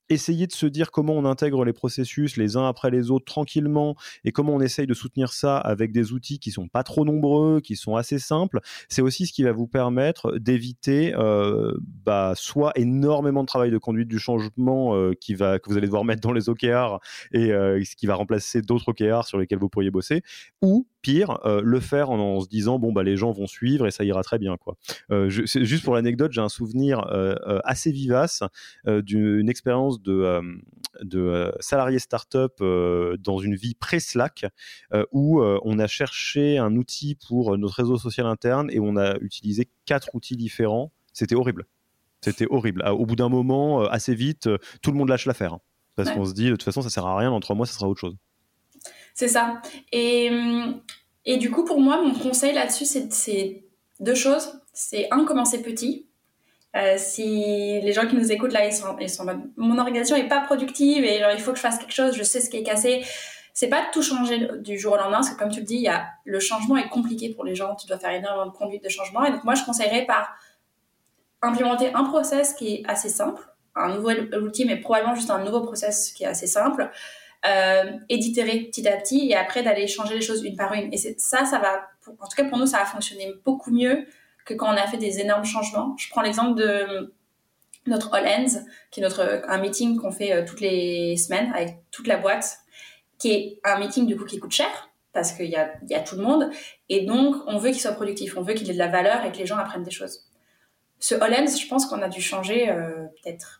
essayer de se dire comment on intègre les processus les uns après les autres tranquillement et comment on essaye de soutenir ça avec des outils qui sont pas trop nombreux, qui sont assez simples, c'est aussi ce qui va vous permettre d'éviter soit énormément de travail de conduite du changement que vous allez devoir mettre dans les OKR et ce qui va remplacer d'autres OKR sur lesquels vous pourriez bosser, ou pire, le faire en se disant les gens vont suivre et ça ira très bien, quoi. Juste pour l'anecdote, j'ai un souvenir assez vivace d'une expérience de salarié start-up dans une vie pré-Slack où on a cherché un outil pour notre réseau social interne et on a utilisé 4 outils différents. C'était horrible. Au bout d'un moment, assez vite, tout le monde lâche l'affaire. Hein, parce qu'on se dit, de toute façon, ça sert à rien, dans 3 mois, ça sera autre chose. C'est ça. Et du coup, pour moi, mon conseil là-dessus, c'est 2 choses. C'est commencer petit. Si les gens qui nous écoutent là, ils sont en mode, mon organisation est pas productive et genre, il faut que je fasse quelque chose, je sais ce qui est cassé. C'est pas de tout changer du jour au lendemain, parce que comme tu le dis, le changement est compliqué pour les gens. Tu dois faire énormément de conduite de changement. Et donc moi, je conseillerais par implémenter un process qui est assez simple, un nouvel outil, mais probablement juste un nouveau process qui est assez simple. Et d'itérer petit à petit et après d'aller changer les choses une par une. Et ça va, en tout cas pour nous, ça a fonctionné beaucoup mieux que quand on a fait des énormes changements. Je prends l'exemple de notre All Hands, qui est un meeting qu'on fait toutes les semaines avec toute la boîte, qui est un meeting du coup qui coûte cher parce qu'il y a tout le monde et donc on veut qu'il soit productif, on veut qu'il ait de la valeur et que les gens apprennent des choses. Ce All Hands, je pense qu'on a dû changer peut-être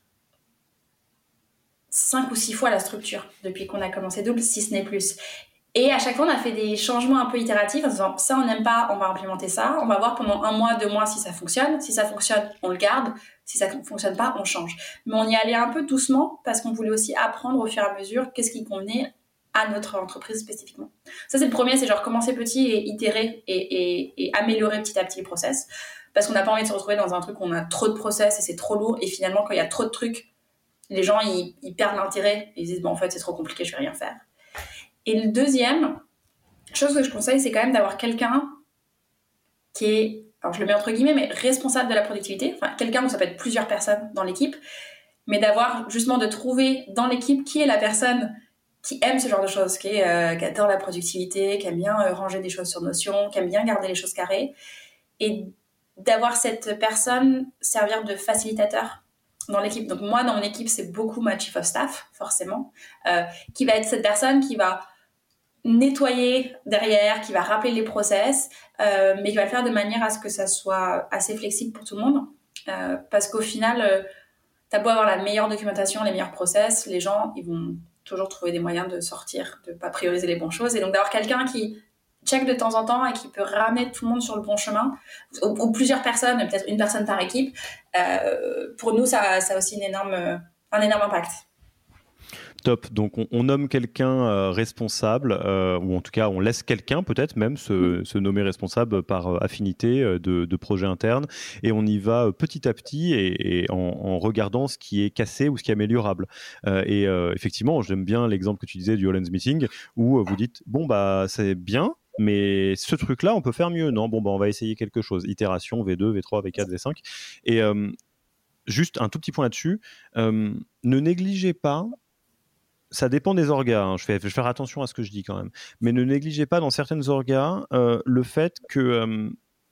5 ou 6 fois la structure depuis qu'on a commencé double, si ce n'est plus. Et à chaque fois, on a fait des changements un peu itératifs en disant ça, on n'aime pas, on va implémenter ça. On va voir pendant 1 mois, 2 mois si ça fonctionne. Si ça fonctionne, on le garde. Si ça ne fonctionne pas, on change. Mais on y allait un peu doucement parce qu'on voulait aussi apprendre au fur et à mesure qu'est-ce qui convenait à notre entreprise spécifiquement. Ça, c'est le premier, c'est genre commencer petit et itérer et améliorer petit à petit les process. Parce qu'on n'a pas envie de se retrouver dans un truc où on a trop de process et c'est trop lourd. Et finalement, quand il y a trop de trucs, les gens, ils perdent l'intérêt. Ils disent, en fait, c'est trop compliqué, je vais rien faire. Et le deuxième chose que je conseille, c'est quand même d'avoir quelqu'un qui est, alors je le mets entre guillemets, mais responsable de la productivité. Enfin, quelqu'un où ça peut être plusieurs personnes dans l'équipe, mais d'avoir justement de trouver dans l'équipe qui est la personne qui aime ce genre de choses, qui adore la productivité, qui aime bien ranger des choses sur Notion, qui aime bien garder les choses carrées. Et d'avoir cette personne servir de facilitateur dans l'équipe. Donc moi, dans mon équipe, c'est beaucoup ma chief of staff, forcément, qui va être cette personne qui va nettoyer derrière, qui va rappeler les process, mais qui va le faire de manière à ce que ça soit assez flexible pour tout le monde. Parce qu'au final, t'as beau avoir la meilleure documentation, les meilleurs process, les gens, ils vont toujours trouver des moyens de sortir, de pas prioriser les bonnes choses. Et donc d'avoir quelqu'un qui check de temps en temps et qui peut ramener tout le monde sur le bon chemin, ou plusieurs personnes, peut-être une personne par équipe, pour nous, ça a aussi un énorme impact. Top. Donc, on nomme quelqu'un responsable, ou en tout cas, on laisse quelqu'un peut-être même se nommer responsable par affinité de projet interne, et on y va petit à petit et en regardant ce qui est cassé ou ce qui est améliorable. Effectivement, j'aime bien l'exemple que tu disais du All Hands Meeting, où vous dites, c'est bien, mais ce truc-là, on peut faire mieux. Non, on va essayer quelque chose. Itération, V2, V3, V4, V5. Et juste un tout petit point là-dessus, ne négligez pas. Ça dépend des orgas, hein. Je vais faire attention à ce que je dis quand même. Mais ne négligez pas dans certaines orgas le fait que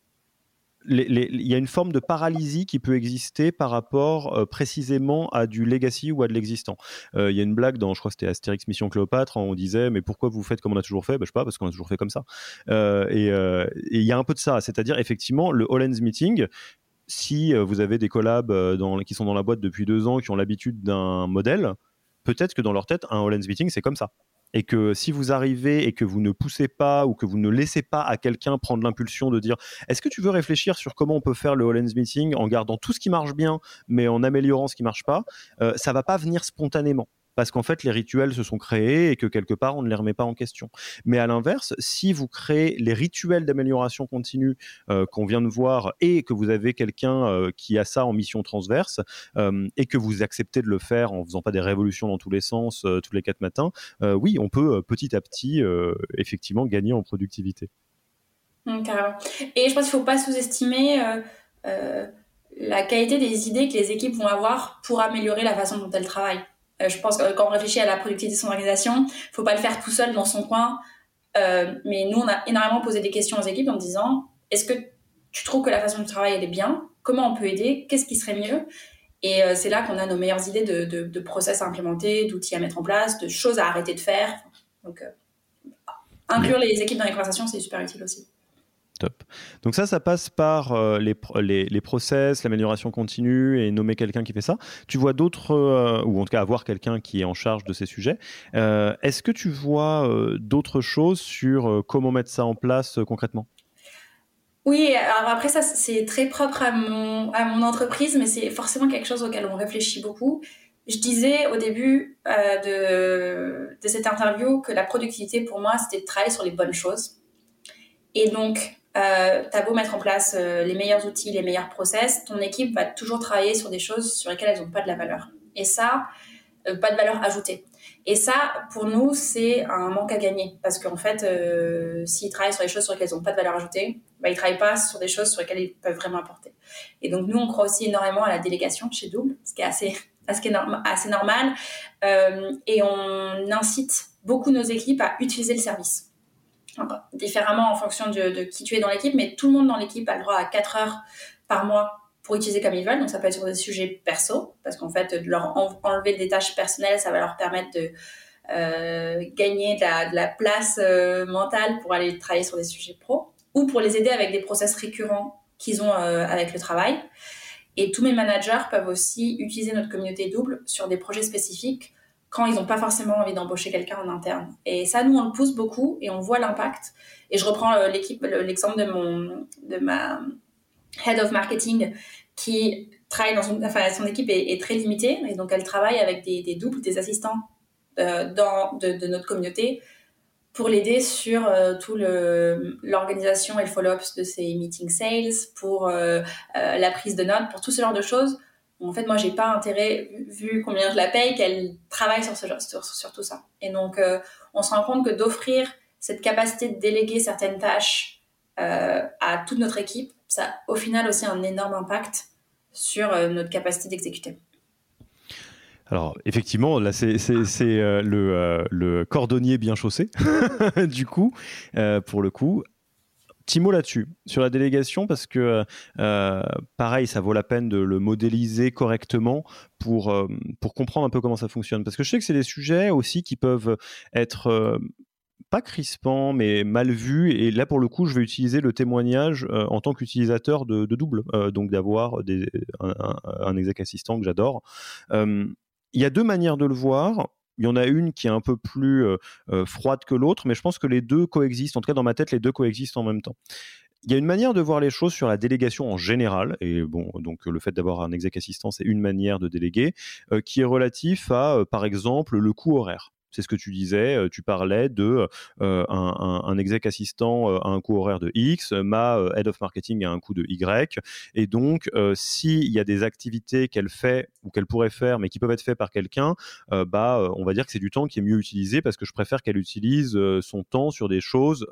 il y a une forme de paralysie qui peut exister par rapport précisément à du legacy ou à de l'existant. Il y a une blague je crois que c'était Astérix Mission Cléopâtre, on disait mais pourquoi vous faites comme on a toujours fait ? Je sais pas, parce qu'on a toujours fait comme ça. Et il y a un peu de ça, c'est-à-dire effectivement le All Hands Meeting, si vous avez des collabs qui sont dans la boîte depuis 2 ans, qui ont l'habitude d'un modèle, peut-être que dans leur tête, un All Hands Meeting, c'est comme ça. Et que si vous arrivez et que vous ne poussez pas ou que vous ne laissez pas à quelqu'un prendre l'impulsion de dire « Est-ce que tu veux réfléchir sur comment on peut faire le All Hands Meeting en gardant tout ce qui marche bien, mais en améliorant ce qui ne marche pas ?» ça ne va pas venir spontanément. Parce qu'en fait, les rituels se sont créés et que quelque part, on ne les remet pas en question. Mais à l'inverse, si vous créez les rituels d'amélioration continue qu'on vient de voir et que vous avez quelqu'un qui a ça en mission transverse et que vous acceptez de le faire en faisant pas des révolutions dans tous les sens tous les 4 matins, oui, on peut petit à petit effectivement gagner en productivité. Carrément. Et je pense qu'il ne faut pas sous-estimer la qualité des idées que les équipes vont avoir pour améliorer la façon dont elles travaillent. Je pense que quand on réfléchit à la productivité de son organisation, il ne faut pas le faire tout seul dans son coin. Mais nous, on a énormément posé des questions aux équipes en disant, est-ce que tu trouves que la façon de travailler, elle est bien? Comment on peut aider? Qu'est-ce qui serait mieux? Et c'est là qu'on a nos meilleures idées de process à implémenter, d'outils à mettre en place, de choses à arrêter de faire. Donc, inclure les équipes dans les conversations, c'est super utile aussi. Top. Donc ça passe par les process, l'amélioration continue et nommer quelqu'un qui fait ça. Tu vois d'autres, ou en tout cas avoir quelqu'un qui est en charge de ces sujets. Est-ce que tu vois d'autres choses sur comment mettre ça en place concrètement ? Oui, alors après ça, c'est très propre à mon entreprise, mais c'est forcément quelque chose auquel on réfléchit beaucoup. Je disais au début de cette interview que la productivité, pour moi, c'était de travailler sur les bonnes choses. Et donc, t'as beau mettre en place les meilleurs outils, les meilleurs process, ton équipe va toujours travailler sur des choses sur lesquelles elles n'ont pas de la valeur. Et ça, pas de valeur ajoutée. Et ça, pour nous, c'est un manque à gagner. Parce qu'en fait, s'ils travaillent sur les choses sur lesquelles ils n'ont pas de valeur ajoutée, ils ne travaillent pas sur des choses sur lesquelles ils peuvent vraiment apporter. Et donc, nous, on croit aussi énormément à la délégation chez Double, ce qui est assez normal. Et on incite beaucoup nos équipes à utiliser le service. Alors, différemment en fonction de qui tu es dans l'équipe, mais tout le monde dans l'équipe a le droit à 4 heures par mois pour utiliser comme ils veulent. Donc, ça peut être sur des sujets perso, parce qu'en fait, de leur enlever des tâches personnelles, ça va leur permettre de gagner de la place mentale pour aller travailler sur des sujets pro, ou pour les aider avec des process récurrents qu'ils ont avec le travail. Et tous mes managers peuvent aussi utiliser notre communauté Double sur des projets spécifiques quand ils n'ont pas forcément envie d'embaucher quelqu'un en interne. Et ça, nous, on le pousse beaucoup et on voit l'impact. Et je reprends l'exemple de ma head of marketing qui travaille son équipe est très limitée, et donc elle travaille avec des doubles, des assistants de notre communauté pour l'aider sur tout l'organisation et le follow-up de ses meetings sales, pour la prise de notes, pour tout ce genre de choses. En fait, moi, j'ai pas intérêt, vu combien je la paye, qu'elle travaille sur tout ça. Et donc, on se rend compte que d'offrir cette capacité de déléguer certaines tâches à toute notre équipe, ça a au final aussi un énorme impact sur notre capacité d'exécuter. Alors, effectivement, là, c'est le cordonnier bien chaussé, du coup, pour le coup. Petit mot là-dessus, sur la délégation, parce que, pareil, ça vaut la peine de le modéliser correctement pour comprendre un peu comment ça fonctionne. Parce que je sais que c'est des sujets aussi qui peuvent être pas crispants, mais mal vus. Et là, pour le coup, je vais utiliser le témoignage en tant qu'utilisateur de Double, donc d'avoir un exec assistant que j'adore. Il y a deux manières de le voir. Il y en a une qui est un peu plus froide que l'autre, mais je pense que les deux coexistent. En tout cas, dans ma tête, les deux coexistent en même temps. Il y a une manière de voir les choses sur la délégation en général, et bon, donc le fait d'avoir un exec assistant, c'est une manière de déléguer, qui est relatif à, par exemple, le coût horaire. C'est ce que tu disais, tu parlais de un exec assistant à un coût horaire de X, ma head of marketing à un coût de Y, et donc s'il y a des activités qu'elle fait ou qu'elle pourrait faire mais qui peuvent être faites par quelqu'un, on va dire que c'est du temps qui est mieux utilisé parce que je préfère qu'elle utilise son temps sur des choses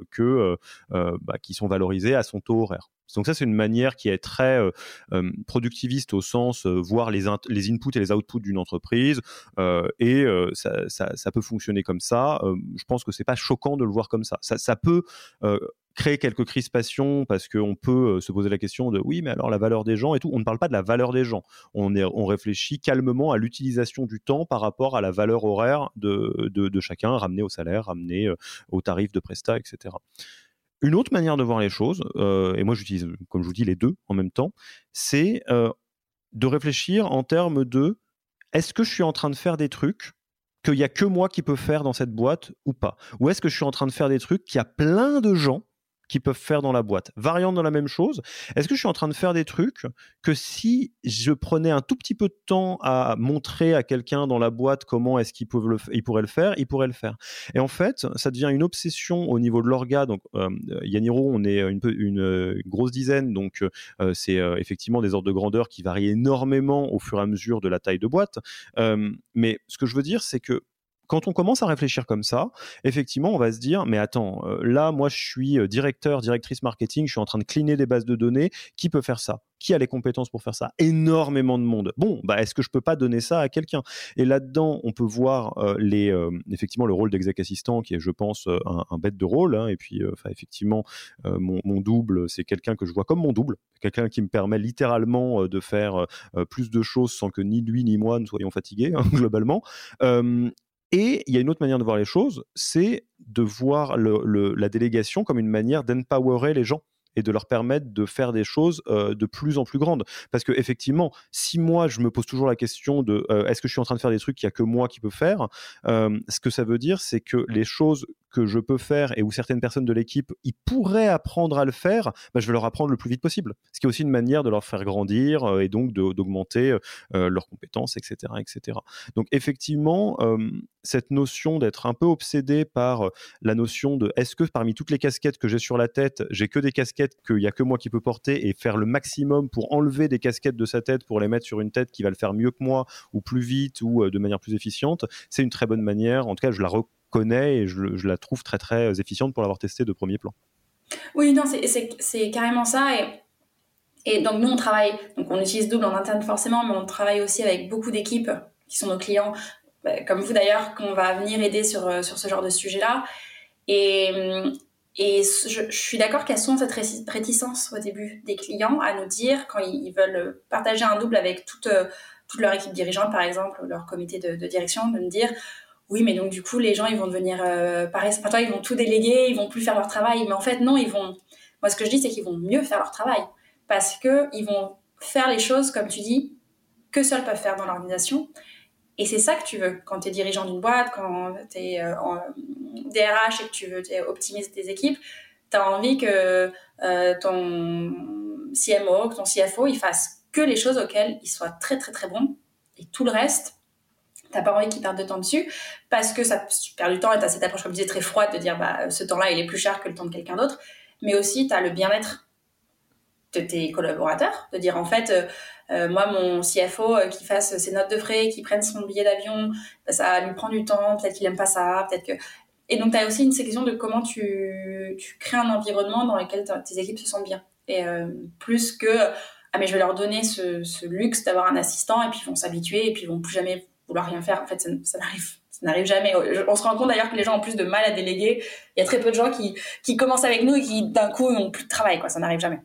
qui sont valorisées à son taux horaire. Donc ça, c'est une manière qui est très productiviste au sens voir les inputs et les outputs d'une entreprise, et ça peut fonctionner comme ça. Je pense que c'est pas choquant de le voir comme ça. Ça peut créer quelques crispations parce qu'on peut se poser la question de oui, mais alors la valeur des gens et tout. On ne parle pas de la valeur des gens. On réfléchit calmement à l'utilisation du temps par rapport à la valeur horaire de chacun, ramené au salaire, ramené au tarif de prestat, etc. Une autre manière de voir les choses, et moi j'utilise, comme je vous dis, les deux en même temps, c'est de réfléchir en termes de est-ce que je suis en train de faire des trucs qu'il n'y a que moi qui peux faire dans cette boîte ou pas ? Ou est-ce que je suis en train de faire des trucs qu'il y a plein de gens qui peuvent faire dans la boîte, variante dans la même chose? Est-ce que je suis en train de faire des trucs que si je prenais un tout petit peu de temps à montrer à quelqu'un dans la boîte comment est-ce qu'il pourrait le faire, il pourrait le faire? Et en fait, ça devient une obsession au niveau de l'orga. Donc, Yaniro, on est une grosse dizaine, donc c'est effectivement des ordres de grandeur qui varient énormément au fur et à mesure de la taille de boîte. Mais ce que je veux dire, c'est que quand on commence à réfléchir comme ça, effectivement, on va se dire, mais attends, là, moi, je suis directrice marketing, je suis en train de cleaner des bases de données. Qui peut faire ça ? Qui a les compétences pour faire ça ? Énormément de monde. Bon, est-ce que je peux pas donner ça à quelqu'un ? Et là-dedans, on peut voir effectivement le rôle d'exec assistant, qui est, je pense, un bête de rôle. Hein, et puis, effectivement, mon double, c'est quelqu'un que je vois comme mon double, quelqu'un qui me permet littéralement de faire plus de choses sans que ni lui ni moi ne soyons fatigués, hein, globalement. Et il y a une autre manière de voir les choses, c'est de voir la délégation comme une manière d'empowerer les gens et de leur permettre de faire des choses de plus en plus grandes. Parce que effectivement, si moi, je me pose toujours la question de est-ce que je suis en train de faire des trucs qu'il n'y a que moi qui peux faire, ce que ça veut dire, c'est que les choses que je peux faire et où certaines personnes de l'équipe ils pourraient apprendre à le faire, je vais leur apprendre le plus vite possible. Ce qui est aussi une manière de leur faire grandir et donc d'augmenter leurs compétences, etc., etc. Donc effectivement, cette notion d'être un peu obsédé par la notion de est-ce que parmi toutes les casquettes que j'ai sur la tête, j'ai que des casquettes qu'il n'y a que moi qui peux porter et faire le maximum pour enlever des casquettes de sa tête pour les mettre sur une tête qui va le faire mieux que moi ou plus vite ou de manière plus efficiente, c'est une très bonne manière. En tout cas, je la connais et je la trouve très très efficiente pour l'avoir testée de premier plan. Oui, non, c'est carrément ça. Et donc nous on travaille, donc on utilise Double en interne forcément, mais on travaille aussi avec beaucoup d'équipes qui sont nos clients, comme vous d'ailleurs, qu'on va venir aider sur ce genre de sujet-là. Et je suis d'accord qu'il y a souvent cette réticence au début des clients à nous dire, quand ils veulent partager un double avec toute leur équipe dirigeante, par exemple, leur comité de direction, de me dire oui, mais donc du coup, les gens, ils vont devenir ils vont tout déléguer, ils vont plus faire leur travail. Mais en fait, non, moi, ce que je dis, c'est qu'ils vont mieux faire leur travail parce qu'ils vont faire les choses, comme tu dis, que seuls peuvent faire dans l'organisation. Et c'est ça que tu veux quand tu es dirigeant d'une boîte, quand tu es en DRH et que tu veux optimiser tes équipes. Tu as envie que ton CMO, que ton CFO, il fasse que les choses auxquelles il soit très, très, très bon. Et tout le reste, t'as pas envie qu'ils perdent de temps dessus parce que ça perd du temps et t'as cette approche, comme je disais, très froide de dire ce temps-là il est plus cher que le temps de quelqu'un d'autre, mais aussi t'as le bien-être de tes collaborateurs, de dire en fait moi mon CFO qui fasse ses notes de frais, qui prenne son billet d'avion, ça lui prend du temps, peut-être qu'il aime pas ça, peut-être que... Et donc t'as aussi une section de comment tu crées un environnement dans lequel tes équipes se sentent bien, et plus que mais je vais leur donner ce luxe d'avoir un assistant et puis ils vont s'habituer et puis ils vont plus jamais vouloir rien faire. En fait, ça n'arrive jamais. On se rend compte d'ailleurs que les gens ont plus de mal à déléguer. Il y a très peu de gens qui commencent avec nous et qui d'un coup n'ont plus de travail, quoi. Ça n'arrive jamais.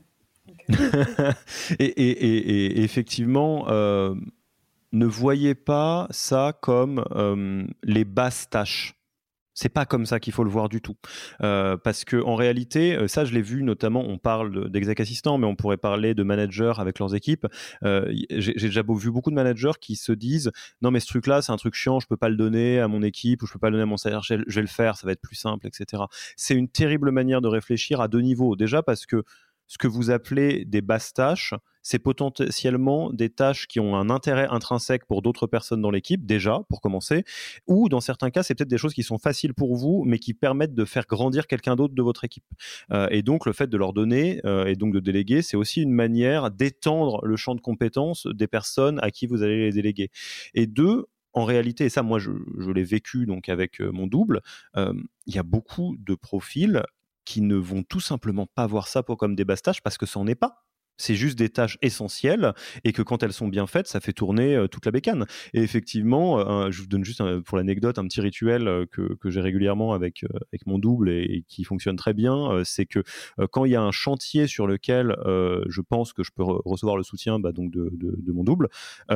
et effectivement, ne voyez pas ça comme les basses tâches. C'est pas comme ça qu'il faut le voir du tout. Parce que en réalité, ça je l'ai vu notamment, on parle d'exec assistants, mais on pourrait parler de managers avec leurs équipes. J'ai déjà vu beaucoup de managers qui se disent non mais ce truc-là c'est un truc chiant, je peux pas le donner à mon équipe ou je peux pas le donner à mon salaire, je vais le faire, ça va être plus simple, etc. C'est une terrible manière de réfléchir à deux niveaux. Déjà parce que ce que vous appelez des basses tâches, c'est potentiellement des tâches qui ont un intérêt intrinsèque pour d'autres personnes dans l'équipe, déjà, pour commencer, ou dans certains cas, c'est peut-être des choses qui sont faciles pour vous, mais qui permettent de faire grandir quelqu'un d'autre de votre équipe. Et donc, le fait de leur donner et donc de déléguer, c'est aussi une manière d'étendre le champ de compétences des personnes à qui vous allez les déléguer. Et deux, en réalité, et ça, moi, je l'ai vécu donc avec mon double, il y a beaucoup de profils qui ne vont tout simplement pas voir ça comme des basses tâches parce que ça n'en est pas. C'est juste des tâches essentielles et que quand elles sont bien faites, ça fait tourner toute la bécane. Et effectivement, je vous donne juste pour l'anecdote un petit rituel que j'ai régulièrement avec mon double et qui fonctionne très bien. C'est que quand il y a un chantier sur lequel je pense que je peux recevoir le soutien donc de mon double,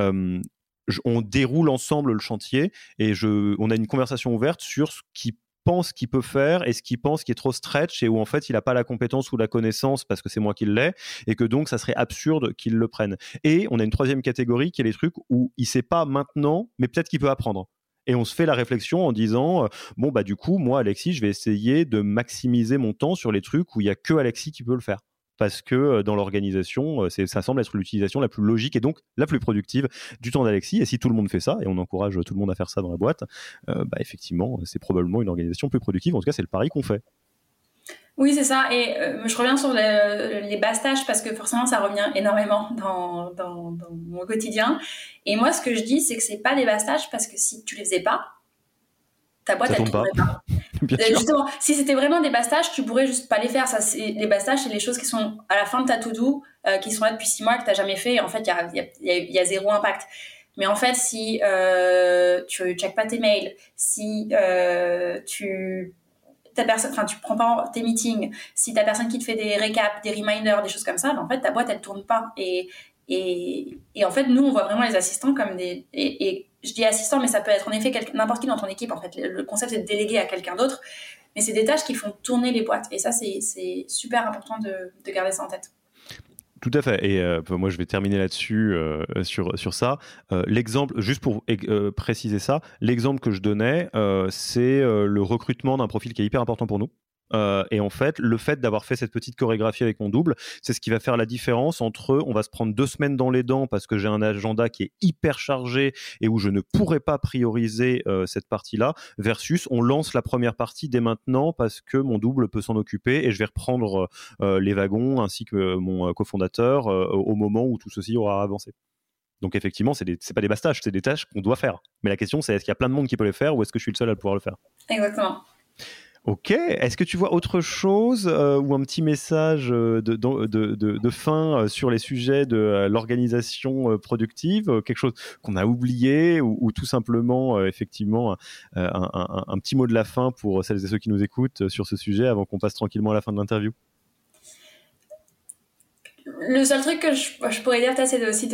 on déroule ensemble le chantier et on a une conversation ouverte sur ce qui pense qu'il peut faire et ce qu'il pense qui est trop stretch et où en fait il n'a pas la compétence ou la connaissance parce que c'est moi qui l'ai et que donc ça serait absurde qu'il le prenne. Et on a une troisième catégorie qui est les trucs où il sait pas maintenant mais peut-être qu'il peut apprendre. Et on se fait la réflexion en disant du coup moi Alexis je vais essayer de maximiser mon temps sur les trucs où il y a que Alexis qui peut le faire. Parce que dans l'organisation, ça semble être l'utilisation la plus logique et donc la plus productive du temps d'Alexis. Et si tout le monde fait ça, et on encourage tout le monde à faire ça dans la boîte, effectivement, c'est probablement une organisation plus productive. En tout cas, c'est le pari qu'on fait. Oui, c'est ça. Et je reviens sur les basses tâches parce que forcément, ça revient énormément dans mon quotidien. Et moi, ce que je dis, c'est que c'est pas des basses tâches parce que si tu les faisais pas, ta boîte, elle ne tournerait pas. Justement, si c'était vraiment des basse tâches, tu pourrais juste pas les faire. Les basse tâches, c'est les choses qui sont à la fin de ta to-do, qui sont là depuis 6 mois, que tu n'as jamais fait. Et en fait, il y a zéro impact. Mais en fait, si tu ne checkes pas tes mails, si tu prends pas tes meetings, si t'as personne qui te fait des récaps, des reminders, des choses comme ça, ben en fait, ta boîte, elle tourne pas. Et en fait, nous, on voit vraiment les assistants comme et je dis assistant, mais ça peut être en effet n'importe qui dans ton équipe. En fait, le concept, c'est de déléguer à quelqu'un d'autre. Mais c'est des tâches qui font tourner les boîtes. Et ça, c'est super important de garder ça en tête. Tout à fait. Et moi, je vais terminer là-dessus sur ça. L'exemple, juste pour préciser ça, l'exemple que je donnais, c'est le recrutement d'un profil qui est hyper important pour nous. Et en fait, le fait d'avoir fait cette petite chorégraphie avec mon double, c'est ce qui va faire la différence entre on va se prendre 2 semaines dans les dents parce que j'ai un agenda qui est hyper chargé et où je ne pourrais pas prioriser cette partie-là, versus on lance la première partie dès maintenant parce que mon double peut s'en occuper et je vais reprendre les wagons ainsi que mon cofondateur au moment où tout ceci aura avancé. Donc effectivement, c'est pas des basses tâches, c'est des tâches qu'on doit faire. Mais la question, c'est est-ce qu'il y a plein de monde qui peut les faire ou est-ce que je suis le seul à pouvoir le faire ? Exactement. Ok, est-ce que tu vois autre chose ou un petit message de fin sur les sujets de l'organisation productive, quelque chose qu'on a oublié ou tout simplement effectivement un petit mot de la fin pour celles et ceux qui nous écoutent sur ce sujet avant qu'on passe tranquillement à la fin de l'interview? Le seul truc que je pourrais dire peut-être, c'est aussi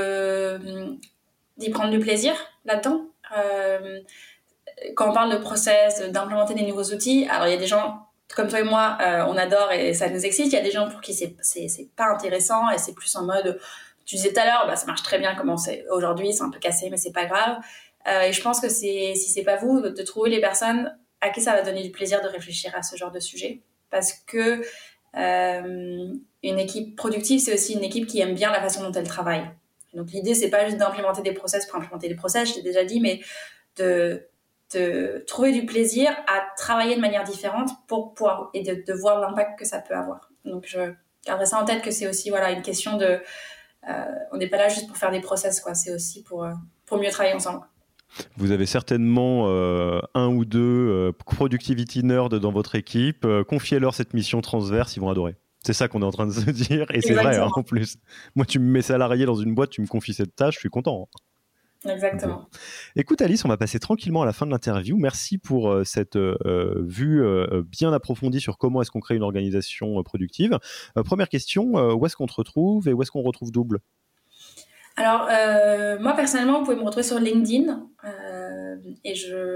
d'y prendre du plaisir là-dedans. Quand on parle de process, d'implémenter des nouveaux outils, alors il y a des gens comme toi et moi, on adore et ça nous excite. Il y a des gens pour qui c'est pas intéressant et c'est plus en mode, tu disais tout à l'heure, ça marche très bien comme c'est aujourd'hui, c'est un peu cassé mais c'est pas grave. Et je pense que si c'est pas vous, de trouver les personnes à qui ça va donner du plaisir de réfléchir à ce genre de sujet, parce que une équipe productive, c'est aussi une équipe qui aime bien la façon dont elle travaille. Donc l'idée, c'est pas juste d'implémenter des process pour implémenter des process, je t'ai déjà dit, mais de trouver du plaisir à travailler de manière différente pour pouvoir et de voir l'impact que ça peut avoir. Donc je garderai ça en tête, que c'est aussi une question de on n'est pas là juste pour faire des process, quoi. C'est aussi pour mieux travailler ensemble. Vous avez certainement un ou deux productivity nerds dans votre équipe. Confiez-leur cette mission transverse, ils vont adorer. C'est ça qu'on est en train de se dire, et c'est vrai en plus. Moi, tu me mets salarié dans une boîte, tu me confies cette tâche, je suis content. Exactement. Bon. Écoute Alice, on va passer tranquillement à la fin de l'interview. Merci pour cette vue bien approfondie sur comment est-ce qu'on crée une organisation productive. Première question, où est-ce qu'on te retrouve et où est-ce qu'on retrouve Double ? Alors, moi personnellement, vous pouvez me retrouver sur LinkedIn et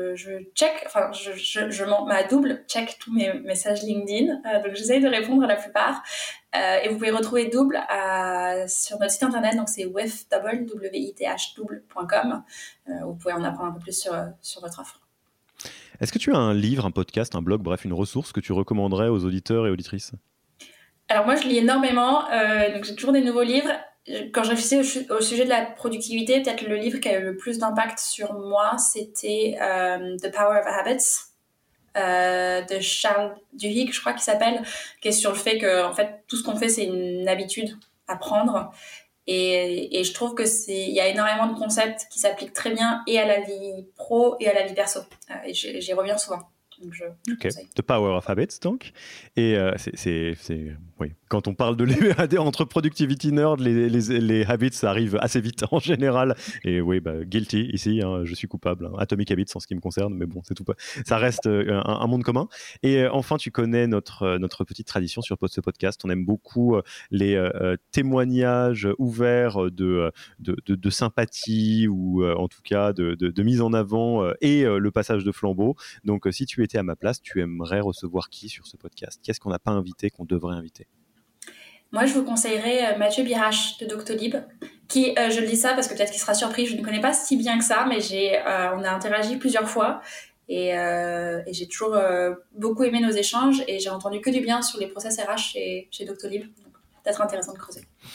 ma double check tous mes messages LinkedIn. Donc, j'essaye de répondre à la plupart. Et vous pouvez retrouver Double sur notre site internet, donc c'est withdouble.com. Vous pouvez en apprendre un peu plus sur votre offre. Est-ce que tu as un livre, un podcast, un blog, bref, une ressource que tu recommanderais aux auditeurs et auditrices ? Alors moi, je lis énormément, donc j'ai toujours des nouveaux livres. Quand je réfléchissais au sujet de la productivité, peut-être le livre qui a eu le plus d'impact sur moi, c'était The Power of Habits de Charles Duhigg, je crois qu'il s'appelle, qui est sur le fait que en fait tout ce qu'on fait c'est une habitude à prendre, et je trouve que il y a énormément de concepts qui s'appliquent très bien et à la vie pro et à la vie perso, et j'y reviens souvent. Donc ok, The Power of Habits donc. Et oui. Quand on parle de l'EAD entre productivity nerd, les habits ça arrive assez vite en général. Et oui, guilty ici, je suis coupable. Atomic Habits en ce qui me concerne, mais bon, c'est tout. Ça reste un monde commun. Et enfin, tu connais notre petite tradition sur ce podcast. On aime beaucoup les témoignages ouverts de sympathie ou en tout cas de mise en avant et le passage de flambeau. Donc, si tu étais à ma place, tu aimerais recevoir qui sur ce podcast ? Qu'est-ce qu'on n'a pas invité, qu'on devrait inviter ? Moi, je vous conseillerais Mathieu Birache de Doctolib, qui, je le dis ça parce que peut-être qu'il sera surpris, je ne connais pas si bien que ça, mais on a interagi plusieurs fois et j'ai toujours beaucoup aimé nos échanges et j'ai entendu que du bien sur les process RH chez Doctolib. Donc, peut-être intéressant de creuser.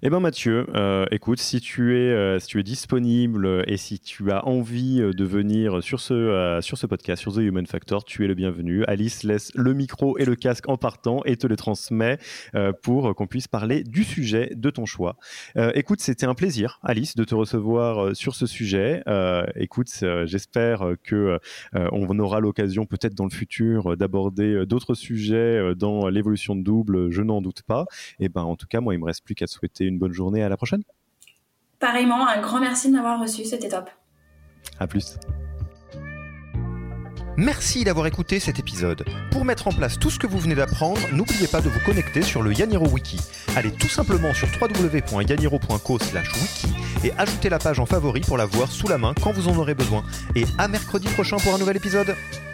Eh ben Mathieu, écoute, si tu es disponible et si tu as envie de venir sur ce podcast, sur The Human Factor, tu es le bienvenu. Alice laisse le micro et le casque en partant et te les transmet pour qu'on puisse parler du sujet de ton choix. Écoute, c'était un plaisir, Alice, de te recevoir sur ce sujet. Écoute, j'espère que on aura l'occasion peut-être dans le futur d'aborder d'autres sujets dans l'évolution de double, je n'en doute pas. Et ben en tout cas, moi, il me reste plus qu'à te souhaiter une bonne journée. À la prochaine. Pareillement, un grand merci de m'avoir reçu, c'était top. À plus. Merci d'avoir écouté cet épisode. Pour mettre en place tout ce que vous venez d'apprendre, n'oubliez pas de vous connecter sur le Yaniro Wiki. Allez tout simplement sur www.yaniro.co/wiki et ajoutez la page en favori pour la voir sous la main quand vous en aurez besoin. Et à mercredi prochain pour un nouvel épisode.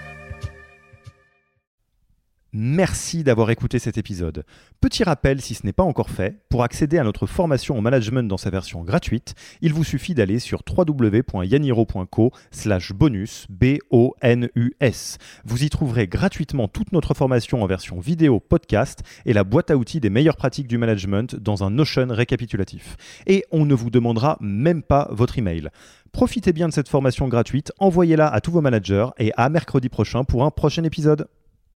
Merci d'avoir écouté cet épisode. Petit rappel, si ce n'est pas encore fait, pour accéder à notre formation au management dans sa version gratuite, il vous suffit d'aller sur www.yaniro.co/bonus, BONUS. Vous y trouverez gratuitement toute notre formation en version vidéo, podcast et la boîte à outils des meilleures pratiques du management dans un Notion récapitulatif. Et on ne vous demandera même pas votre email. Profitez bien de cette formation gratuite, envoyez-la à tous vos managers et à mercredi prochain pour un prochain épisode.